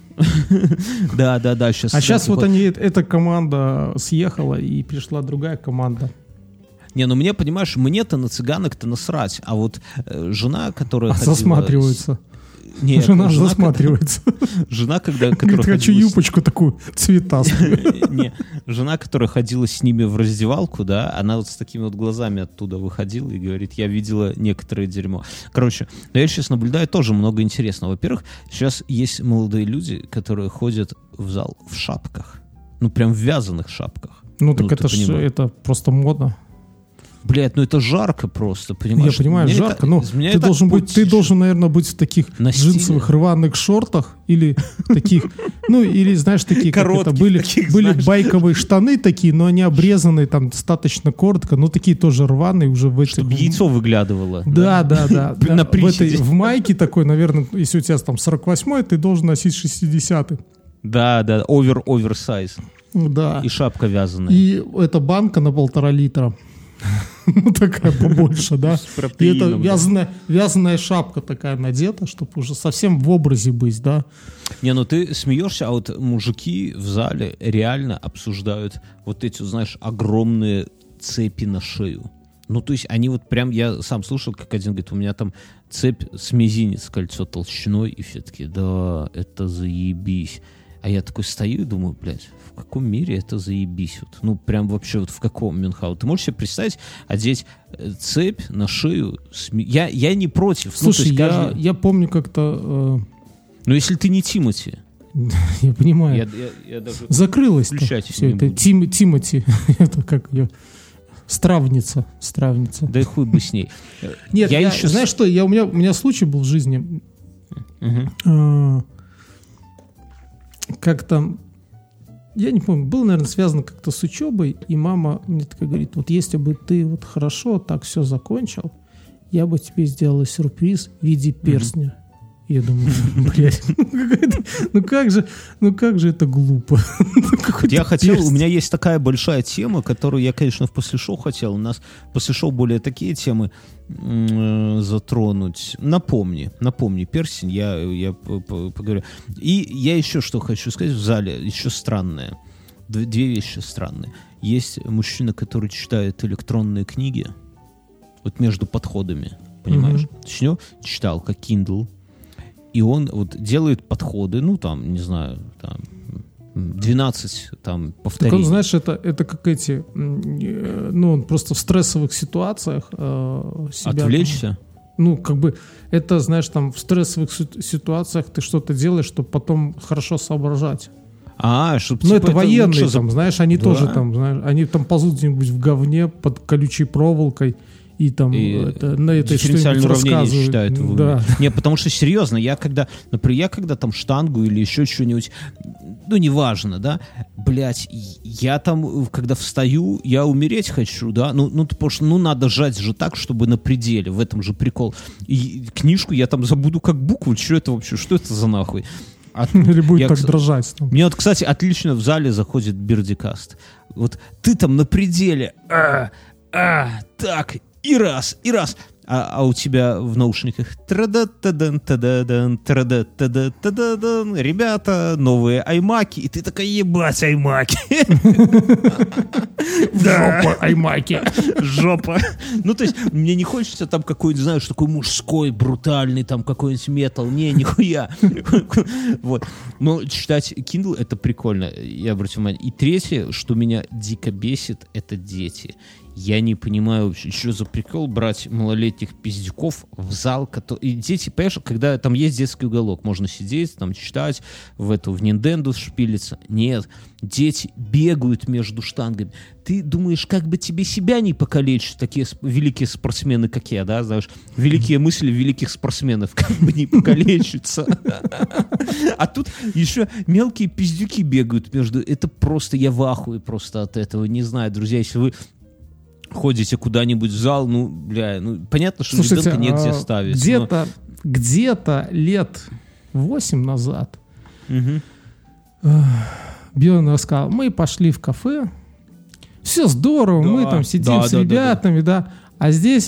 Да, да, да. Сейчас А сейчас вот они, эта команда съехала, и пришла другая команда. Не, ну мне, понимаешь, мне-то на цыганок-то насрать, а вот э, жена, которая А ходила... засматривается. с- Нет, Жена жена, засматривается. когда- Жена, когда, которая Говорит, хочу ходила с- юбочку такую цветастую. Не, жена, которая ходила с ними в раздевалку, да, она вот с такими вот глазами оттуда выходила и говорит, я видела некоторое дерьмо. Короче, но я сейчас наблюдаю тоже много интересного. Во-первых, сейчас есть молодые люди, которые ходят в зал в шапках. Ну, прям в вязаных шапках. Ну так ты это ж понимаешь. это просто модно. Блядь, ну это жарко просто, понимаешь? Я понимаю, Меня жарко, это- но из меня ты это должен быть, ты потешит. должен, наверное, быть в таких На стиле. джинсовых рваных шортах или таких, ну или знаешь такие, как это Коротких были, таких, были знаешь. байковые штаны такие, но они обрезанные там достаточно коротко, но такие тоже рваные уже в эти. Чтобы яйцо выглядывало. Да, да, да. да. На в, этой, приседе. в майке такой, наверное, если у тебя там сорок восьмой, ты должен носить шестидесятый. Да, да, овер, оверсайз. Да. И шапка вязаная. И эта банка на полтора литра. Ну, такая побольше, да. И это протеином, да. вязаная, вязаная шапка такая надета, чтобы уже совсем в образе быть, да. Не, ну ты смеешься, а вот мужики в зале реально обсуждают вот эти, знаешь, огромные цепи на шею. Ну, то есть они вот прям, я сам слушал, как один говорит, у меня там цепь с мизинец, кольцо толщиной, и все таки да, это заебись. А я такой стою и думаю, блядь, в каком мире это заебись? Вот, ну, прям вообще вот в каком, Мюнхгаузен? Ты можешь себе представить, одеть э, цепь на шею? с ми- Я, я не против. Ну, то Слушай, есть я, каждый- я помню как-то, Но если ты не Тимати, э, я понимаю, я, я, я даже... закрылось включать все не это. буду. Тим, Тимати, это как ее, Стравница, Стравница. Да и хуй бы с ней. Нет, я я, еще... знаешь что, я, у, меня, у меня случай был в жизни, Мгм. э, как-то, я не помню, было, наверное, связано как-то с учебой, и мама мне такая говорит, вот если бы ты вот хорошо так все закончил, я бы тебе сделала сюрприз в виде перстня. Я думаю, блядь, ну, какая-то- ну как же, ну как же это глупо. Ну, какой-то Я хотел, у перстень. меня есть такая большая тема, которую я, конечно, в после шоу хотел. У нас после шоу более такие темы м, э, затронуть. Напомни, напомни, перстень, я, я п- п- поговорю. И я еще что хочу сказать в зале, еще странное. Д- Две вещи странные. Есть мужчина, который читает электронные книги, вот между подходами, понимаешь? Мгм. Точнее, читал, как Kindle. И он вот делает подходы, ну, там, не знаю, там, двенадцать там, Так повторений. он, знаешь, это, это как эти, м, э, ну, он просто в стрессовых ситуациях э, себя... Отвлечься? Ну, как бы, это, знаешь, там, в стрессовых су- ситуациях ты что-то делаешь, чтобы потом хорошо соображать. А, чтобы, Ну, типа, это военные, лучше за- там, знаешь, они Да. тоже там, знаешь, они там ползут где-нибудь в говне под колючей проволокой, и там И это, на этой дифференциальное что-нибудь уравнение рассказывают. считают в уме. Да. Не, потому что серьезно, я когда, например, я когда там штангу или еще что-нибудь, ну, неважно, да, блядь, я там, когда встаю, я умереть хочу, да, ну, ну, потому что, ну, надо жать же так, чтобы на пределе, в этом же прикол. И книжку я там забуду как букву, что это вообще, что это за нахуй? А Или будет я, так кс- дрожать. Там. Мне вот, кстати, отлично в зале заходит Бердикаст. Вот ты там на пределе, а, а, так, и раз, и раз. А, а у тебя в наушниках тра-да-та-дан, та-да-дан, тра-да-та-да-та-да-дан. Ребята, новые аймаки. И ты такая, ебать, аймаки. Жопа, аймаки. Жопа. Ну, то есть, мне не хочется там какой-нибудь, знаешь, такой мужской, брутальный, там какой-нибудь метал. Не, нихуя. Вот. Но читать Kindle — это прикольно, я обратил внимание. И третье, что меня дико бесит, это дети. Я не понимаю вообще, что за прикол брать малолетних пиздюков в зал, который... И дети, понимаешь, когда там есть детский уголок, можно сидеть, там читать, в эту, в Nintendo шпилиться. Нет, дети бегают между штангами. Ты думаешь, как бы тебе себя не покалечить, такие сп- великие спортсмены, как я, да, знаешь, великие мысли великих спортсменов, как бы не покалечиться. А тут еще мелкие пиздюки бегают между... Это просто, я в ахуе просто от этого, не знаю, друзья, если вы ходите куда-нибудь в зал, ну, бля, ну, понятно, что Слушайте, ребенка негде а, ставить. Где-то, но... где-то лет восемь назад Угу. Бьерн рассказал, мы пошли в кафе, все здорово, Да, мы там сидим да, с да, ребятами, да, да, а здесь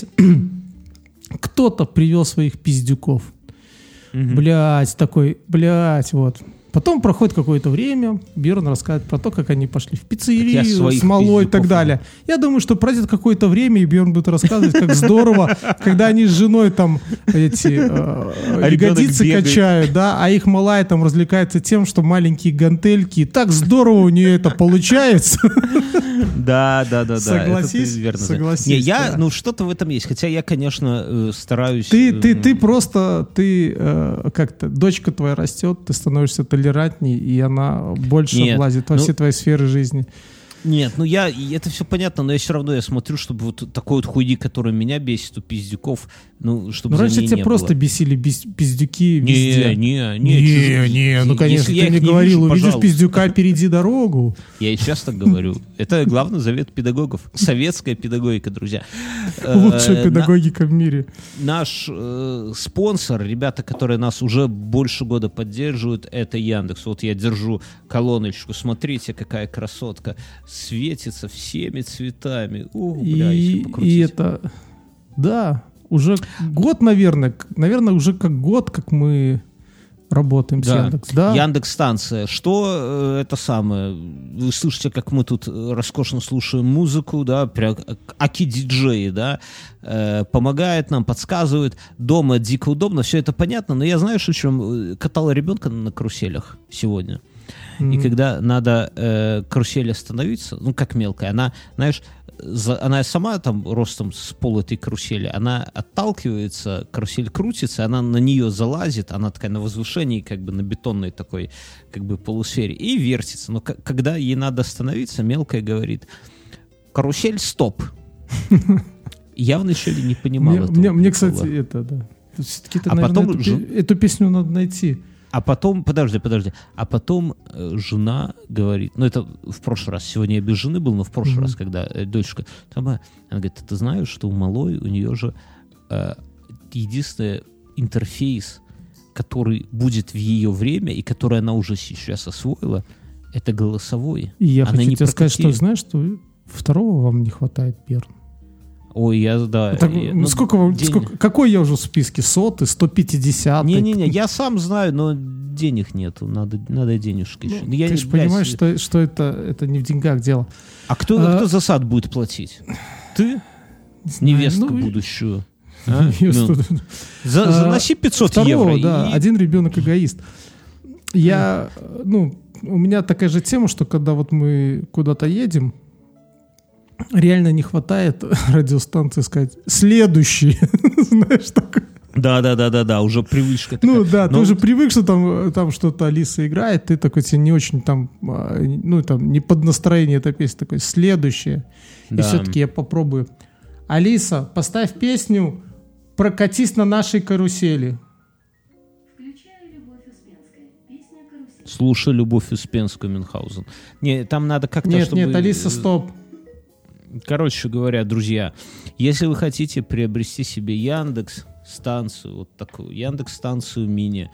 кто-то привел своих пиздюков. Угу. Блять, такой, блять, вот. Потом проходит какое-то время, Бьерн рассказывает про то, как они пошли в пиццерию, смолой и так далее. Я думаю, что пройдет какое-то время, и Бьерн будет рассказывать, как здорово, когда они с женой там эти э, ягодицы качают, да, а их малая там развлекается тем, что маленькие гантельки. И так здорово у нее это получается. Да, да, да, да. Согласись, это верно. согласись. Не, я, да. ну что-то в этом есть. Хотя я, конечно, э, стараюсь. Ты, э, ты, ты просто, ты э, как-то, дочка твоя растет, ты становишься толерантней, и она больше Нет, влазит во ну, все твои сферы жизни. Нет, ну я, это все понятно, но я все равно я смотрю, чтобы вот такой вот хуйни, которая меня бесит, у пиздюков, ну, чтобы Ну, за раньше ней тебя не просто было. бесили без, пиздюки везде. Не, не, не. Не, чужие- не, ну, конечно, Если я ты мне их не говорил, вижу, увидишь пожалуйста. пиздюка, перейди дорогу. Я и часто говорю. Это главный завет педагогов. Советская педагогика, друзья. Лучшая Э, педагогика в мире. Наш э, спонсор, ребята, которые нас уже больше года поддерживают, это Яндекс. Вот я держу колоночку. Смотрите, какая красотка. Светится всеми цветами. О, бля, если И, покрутить. и это, да, уже год, наверное, к- наверное, уже как год, как мы работаем с Да. Яндекс. Да? Яндекс-станция. Что э, это самое? Вы слышите, как мы тут э, роскошно слушаем музыку, да, прям аки-диджеи, да, э, помогает нам, подсказывает. Дома дико удобно, все это понятно, но я, знаешь, о чем? Катала ребенка на каруселях сегодня. И Мгм. когда надо э, карусель остановиться, ну, как мелкая, она, знаешь, за- она сама там ростом с пола этой карусели, она отталкивается, карусель крутится, она на нее залазит, она такая на возвышении, как бы на бетонной такой, как бы полусфере, и вертится. Но к- когда ей надо остановиться, мелкая говорит: карусель, стоп. Явно еще ли не понимала. Мне, этого мне, мне, прикола. кстати, это, да. Все-таки, А наверное, потом эту, жу- пе- эту песню надо найти. А потом, подожди, подожди, а потом э, жена говорит, ну это в прошлый раз, сегодня я без жены был, но в прошлый Мгм. раз, когда э, дочка, там, э, она говорит: ты знаешь, что у малой, у нее же э, единственный интерфейс, который будет в ее время и который она уже сейчас освоила, это голосовой. И я Она хочу не тебе сказать, что, прокатит. знаешь, что второго вам не хватает, Бьерн. Ой, я, да. Так, я- ну, ну, сколько вам, день- сколько- какой я уже в списке? Сотый, сто пятидесятый? Не-не-не, я сам знаю, но денег нету, надо, надо денежки еще. Ну, Я ты не- же блядь, понимаешь, что, что это, это не в деньгах дело. А кто, А- кто за сад будет платить? Ты? Не знаю, Невестку ну, будущую. А? невесту. Ну, за- А, заноси пятьсот Второго, евро. да, и- один ребенок эгоист. Я, ну, у меня такая же тема, что когда вот мы куда-то едем, реально не хватает радиостанции сказать «следующий». Знаешь, такое. Да, да, да, да, да, уже привычка Ну такая. да, ты Но уже вот- привык, что там, там что-то Алиса играет, ты такой тебе не очень там, а, ну там не под настроение эта песня, такой «следующее». И Да. все-таки я попробую. Алиса, поставь песню «Прокатись на нашей карусели». Включаю Любовь Успенская. Песня «Карусель». Слушай Любовь Успенскую, Мюнхгаузен. Не, там надо как-то, Нет, чтобы... нет, Алиса, стоп. Короче говоря, друзья, если вы хотите приобрести себе Яндекс станцию, вот такую Яндекс станцию мини,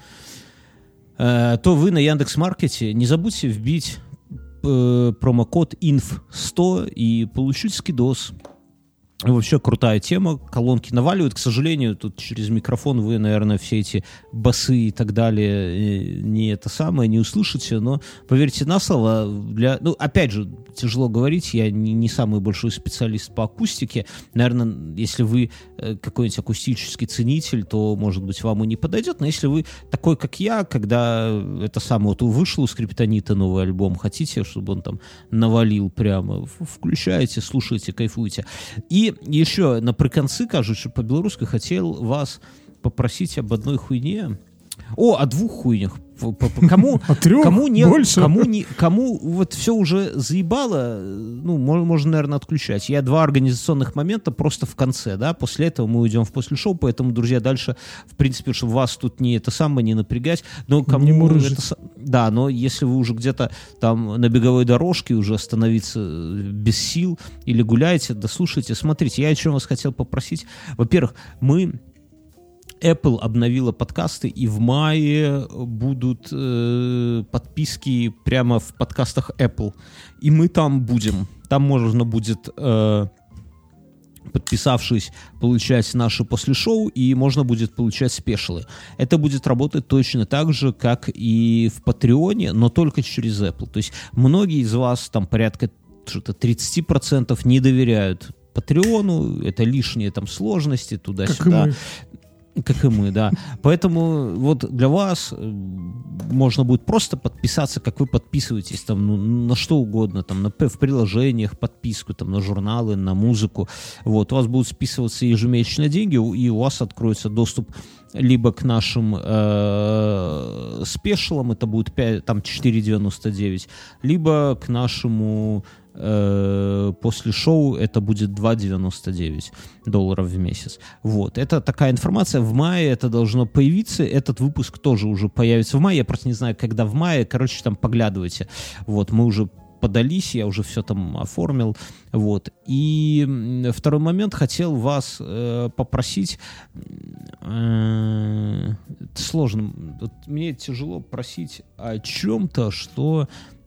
э, то вы на Яндекс.Маркете не забудьте вбить э, промокод инф сто и получить скидос. Вообще крутая тема, колонки наваливают. К сожалению, тут через микрофон вы, наверное, все эти басы и так далее не это самое, не услышите, но поверьте на слово, для, ну, опять же, тяжело говорить, я не, не самый большой специалист по акустике. Наверное, если вы какой-нибудь акустический ценитель, то, может быть, вам и не подойдет, но если вы такой, как я, когда это самое, вот вышел у Скриптонита новый альбом, хотите, чтобы он там навалил прямо, включаете, слушаете, кайфуете. И еще наприконцы, кажется, по-белорусски хотел вас попросить об одной хуйне. О, о двух хуйнях. Кому, а трех? Кому не, Больше? Кому, не, кому вот все уже заебало, ну, можно, можно, наверное, отключать. Я два организационных момента просто в конце, да, после этого мы уйдем в после шоу, поэтому, друзья, дальше, в принципе, чтобы вас тут не это самое, не напрягать, но кому не это, да, но если вы уже где-то там на беговой дорожке уже остановиться без сил или гуляете, да слушайте, смотрите, я о чем вас хотел попросить. Во-первых, мы... Apple обновила подкасты, и в мае будут э, подписки прямо в подкастах Apple. И мы там будем. Там можно будет, э, подписавшись, получать наши после шоу, и можно будет получать спешалы. Это будет работать точно так же, как и в Патреоне, но только через Apple. То есть многие из вас, там порядка что-то тридцать процентов не доверяют Патреону, это лишние там сложности туда-сюда. Как и мы, да. Поэтому вот для вас можно будет просто подписаться, как вы подписываетесь там, ну, на что угодно, там, на, в приложениях подписку, там, на журналы, на музыку. Вот. У вас будут списываться ежемесячные деньги, и у вас откроется доступ либо к нашим э, спешалам, это будет пять, там, четыре девяносто девять, либо к нашему э, после шоу, это будет два девяносто девять долларов в месяц. Вот. Это такая информация. В мае это должно появиться. Этот выпуск тоже уже появится в мае. Я просто не знаю, когда в мае. Короче, там поглядывайте. Вот. Мы уже подались, я уже все там оформил. Вот. И второй момент, хотел вас э, попросить, э, это сложно, вот мне тяжело просить о чем-то, что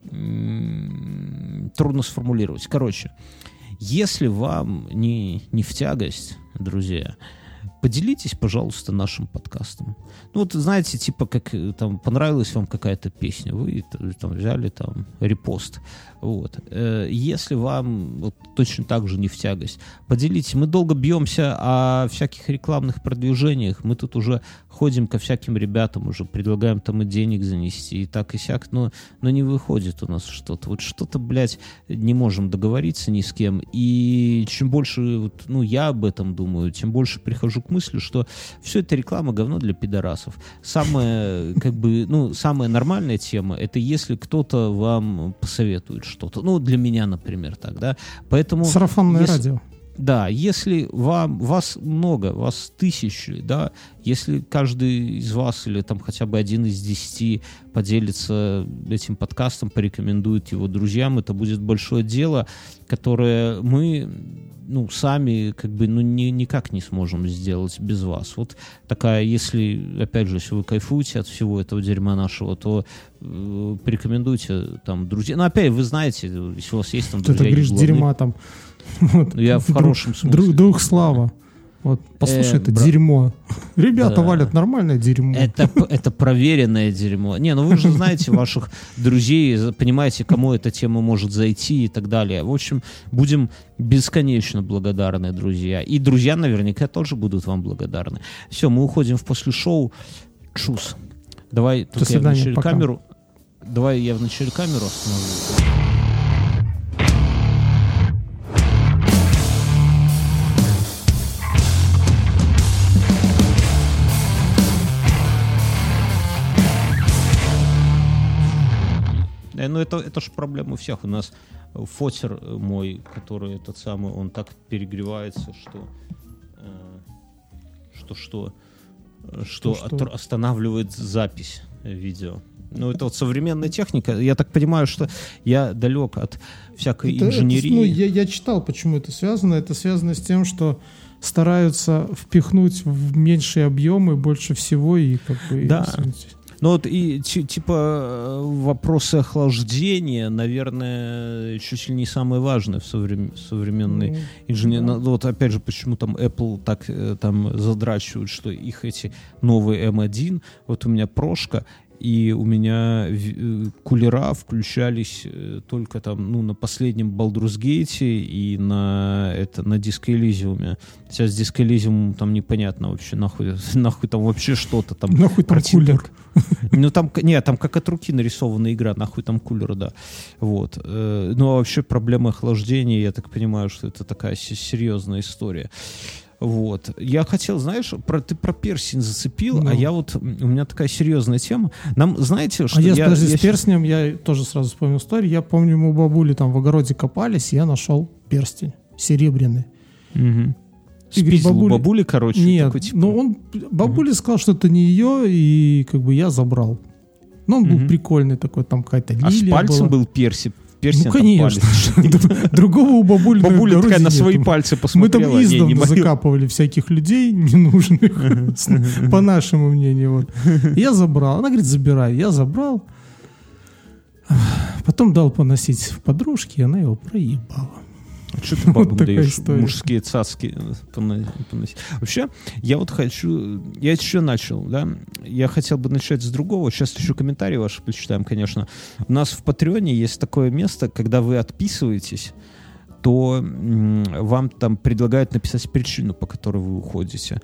э, трудно сформулировать. Короче, если вам не, не в тягость, друзья, поделитесь, пожалуйста, нашим подкастом. Ну, вот, знаете, типа, как там понравилась вам какая-то песня, вы там взяли там репост. Вот. Если вам вот, точно так же не в тягость, поделитесь. Мы долго бьемся о всяких рекламных продвижениях. Мы тут уже ходим ко всяким ребятам, уже предлагаем там и денег занести, и так, и сяк, но, но не выходит у нас что-то. Вот что-то, блядь, не можем договориться ни с кем. И чем больше, вот, ну, я об этом думаю, тем больше прихожу к мысли, что все это реклама говно для пидорасов. Самая, как бы, ну, самая нормальная тема, это если кто-то вам посоветует что-то. Ну, для меня, например, так, да. Поэтому... Сарафанное если... радио. Да, если вам, вас много, вас тысячи, да, если каждый из вас или там хотя бы один из десяти поделится этим подкастом, порекомендует его друзьям, это будет большое дело, которое мы, ну, сами как бы, ну, ни, никак не сможем сделать без вас. Вот такая, если, опять же, если вы кайфуете от всего этого дерьма нашего, то э, порекомендуйте там друзья. Ну, опять, вы знаете, если у вас есть там друзья... Ты говоришь, дерьма там... Вот. Я в хорошем смысле. Друг, друг Слава. Вот, послушай, э, это бра... дерьмо. Ребята да. валят нормальное дерьмо. Это, это проверенное дерьмо. Не, ну вы же знаете ваших друзей, понимаете, кому эта тема может зайти и так далее. В общем, будем бесконечно благодарны, друзья. И друзья наверняка тоже будут вам благодарны. Все, мы уходим в после шоу. Чус. Давай, только я вначале камеру. Давай я вначале камеру остановлю. Э, ну, это, это же проблема у всех. У нас фотер мой, который этот самый, он так перегревается, что... Э, что, что, что, что, что? От, останавливает запись видео. Ну, это вот современная техника. Я так понимаю, что я далек от всякой это, инженерии. Это, ну, я, я читал, почему это связано. Это связано с тем, что стараются впихнуть в меньшие объемы больше всего и как бы... Да. И, ну вот и типа вопросы охлаждения, наверное, чуть ли не самые важные в соврем... современной mm, инженерии. Да. Вот опять же, почему там Apple так там задрачивают, что их эти новые эм один, вот у меня прошка, и у меня кулера включались только там, ну, на последнем Baldur's Gate и на, это, на Disco Elysium. Сейчас с Disco Elysium там непонятно вообще, нахуй, нахуй там вообще что-то там. Нахуй там кулер. Ну, там, нет, там как от руки нарисованная игра, нахуй там кулер, да. Вот. Ну, а вообще проблема охлаждения, я так понимаю, что это такая серьезная история. Вот. Я хотел, знаешь, про, ты про перстень зацепил, ну. а я вот, у меня такая серьезная тема. Нам, знаете, что а я... я... подожди, я с перстнем я тоже сразу вспомнил историю. Я помню, мы у бабули там в огороде копались, и я нашел перстень серебряный. Угу. Спиздил бабули... бабули, короче. Нет, такой, типа... но он, бабуля угу. сказал, что это не ее, и как бы я забрал. Но он был угу. прикольный такой, там какая-то лилия А с пальцем была. был перси? Перстень, ну, конечно. Другого у бабули на Бабуля такая на нет. свои пальцы посмотрела. Мы там издавна не, не закапывали всяких людей ненужных, по нашему мнению. Вот. Я забрал. Она говорит, забирай. Я забрал. Потом дал поносить подружке, и она его проебала. Что ты бабам вот даешь история. Мужские цацки поносить? Вообще, я вот хочу... Я еще начал, да? Я хотел бы начать с другого. Сейчас еще комментарии ваши почитаем, конечно. У нас в Патреоне есть такое место, когда вы отписываетесь, то м- вам там предлагают написать причину, по которой вы уходите.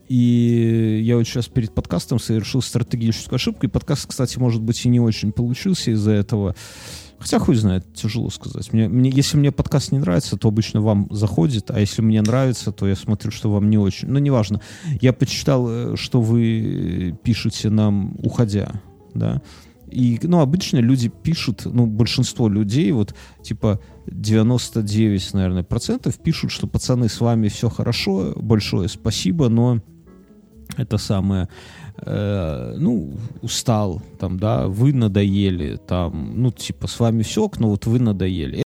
И я вот сейчас перед подкастом совершил стратегическую ошибку. И подкаст, кстати, может быть, и не очень получился из-за этого. Хотя хуй знает, тяжело сказать. Мне, мне, если мне подкаст не нравится, то обычно вам заходит, а если мне нравится, то я смотрю, что вам не очень. Ну, неважно. Я почитал, что вы пишете нам, уходя, да. И, ну, обычно люди пишут, ну, большинство людей, вот, типа, девяносто девять, наверное, процентов пишут, что, пацаны, с вами все хорошо, большое спасибо, но это самое... Э, ну, устал, там, да, вы надоели, там, ну, типа, с вами все, но вот вы надоели.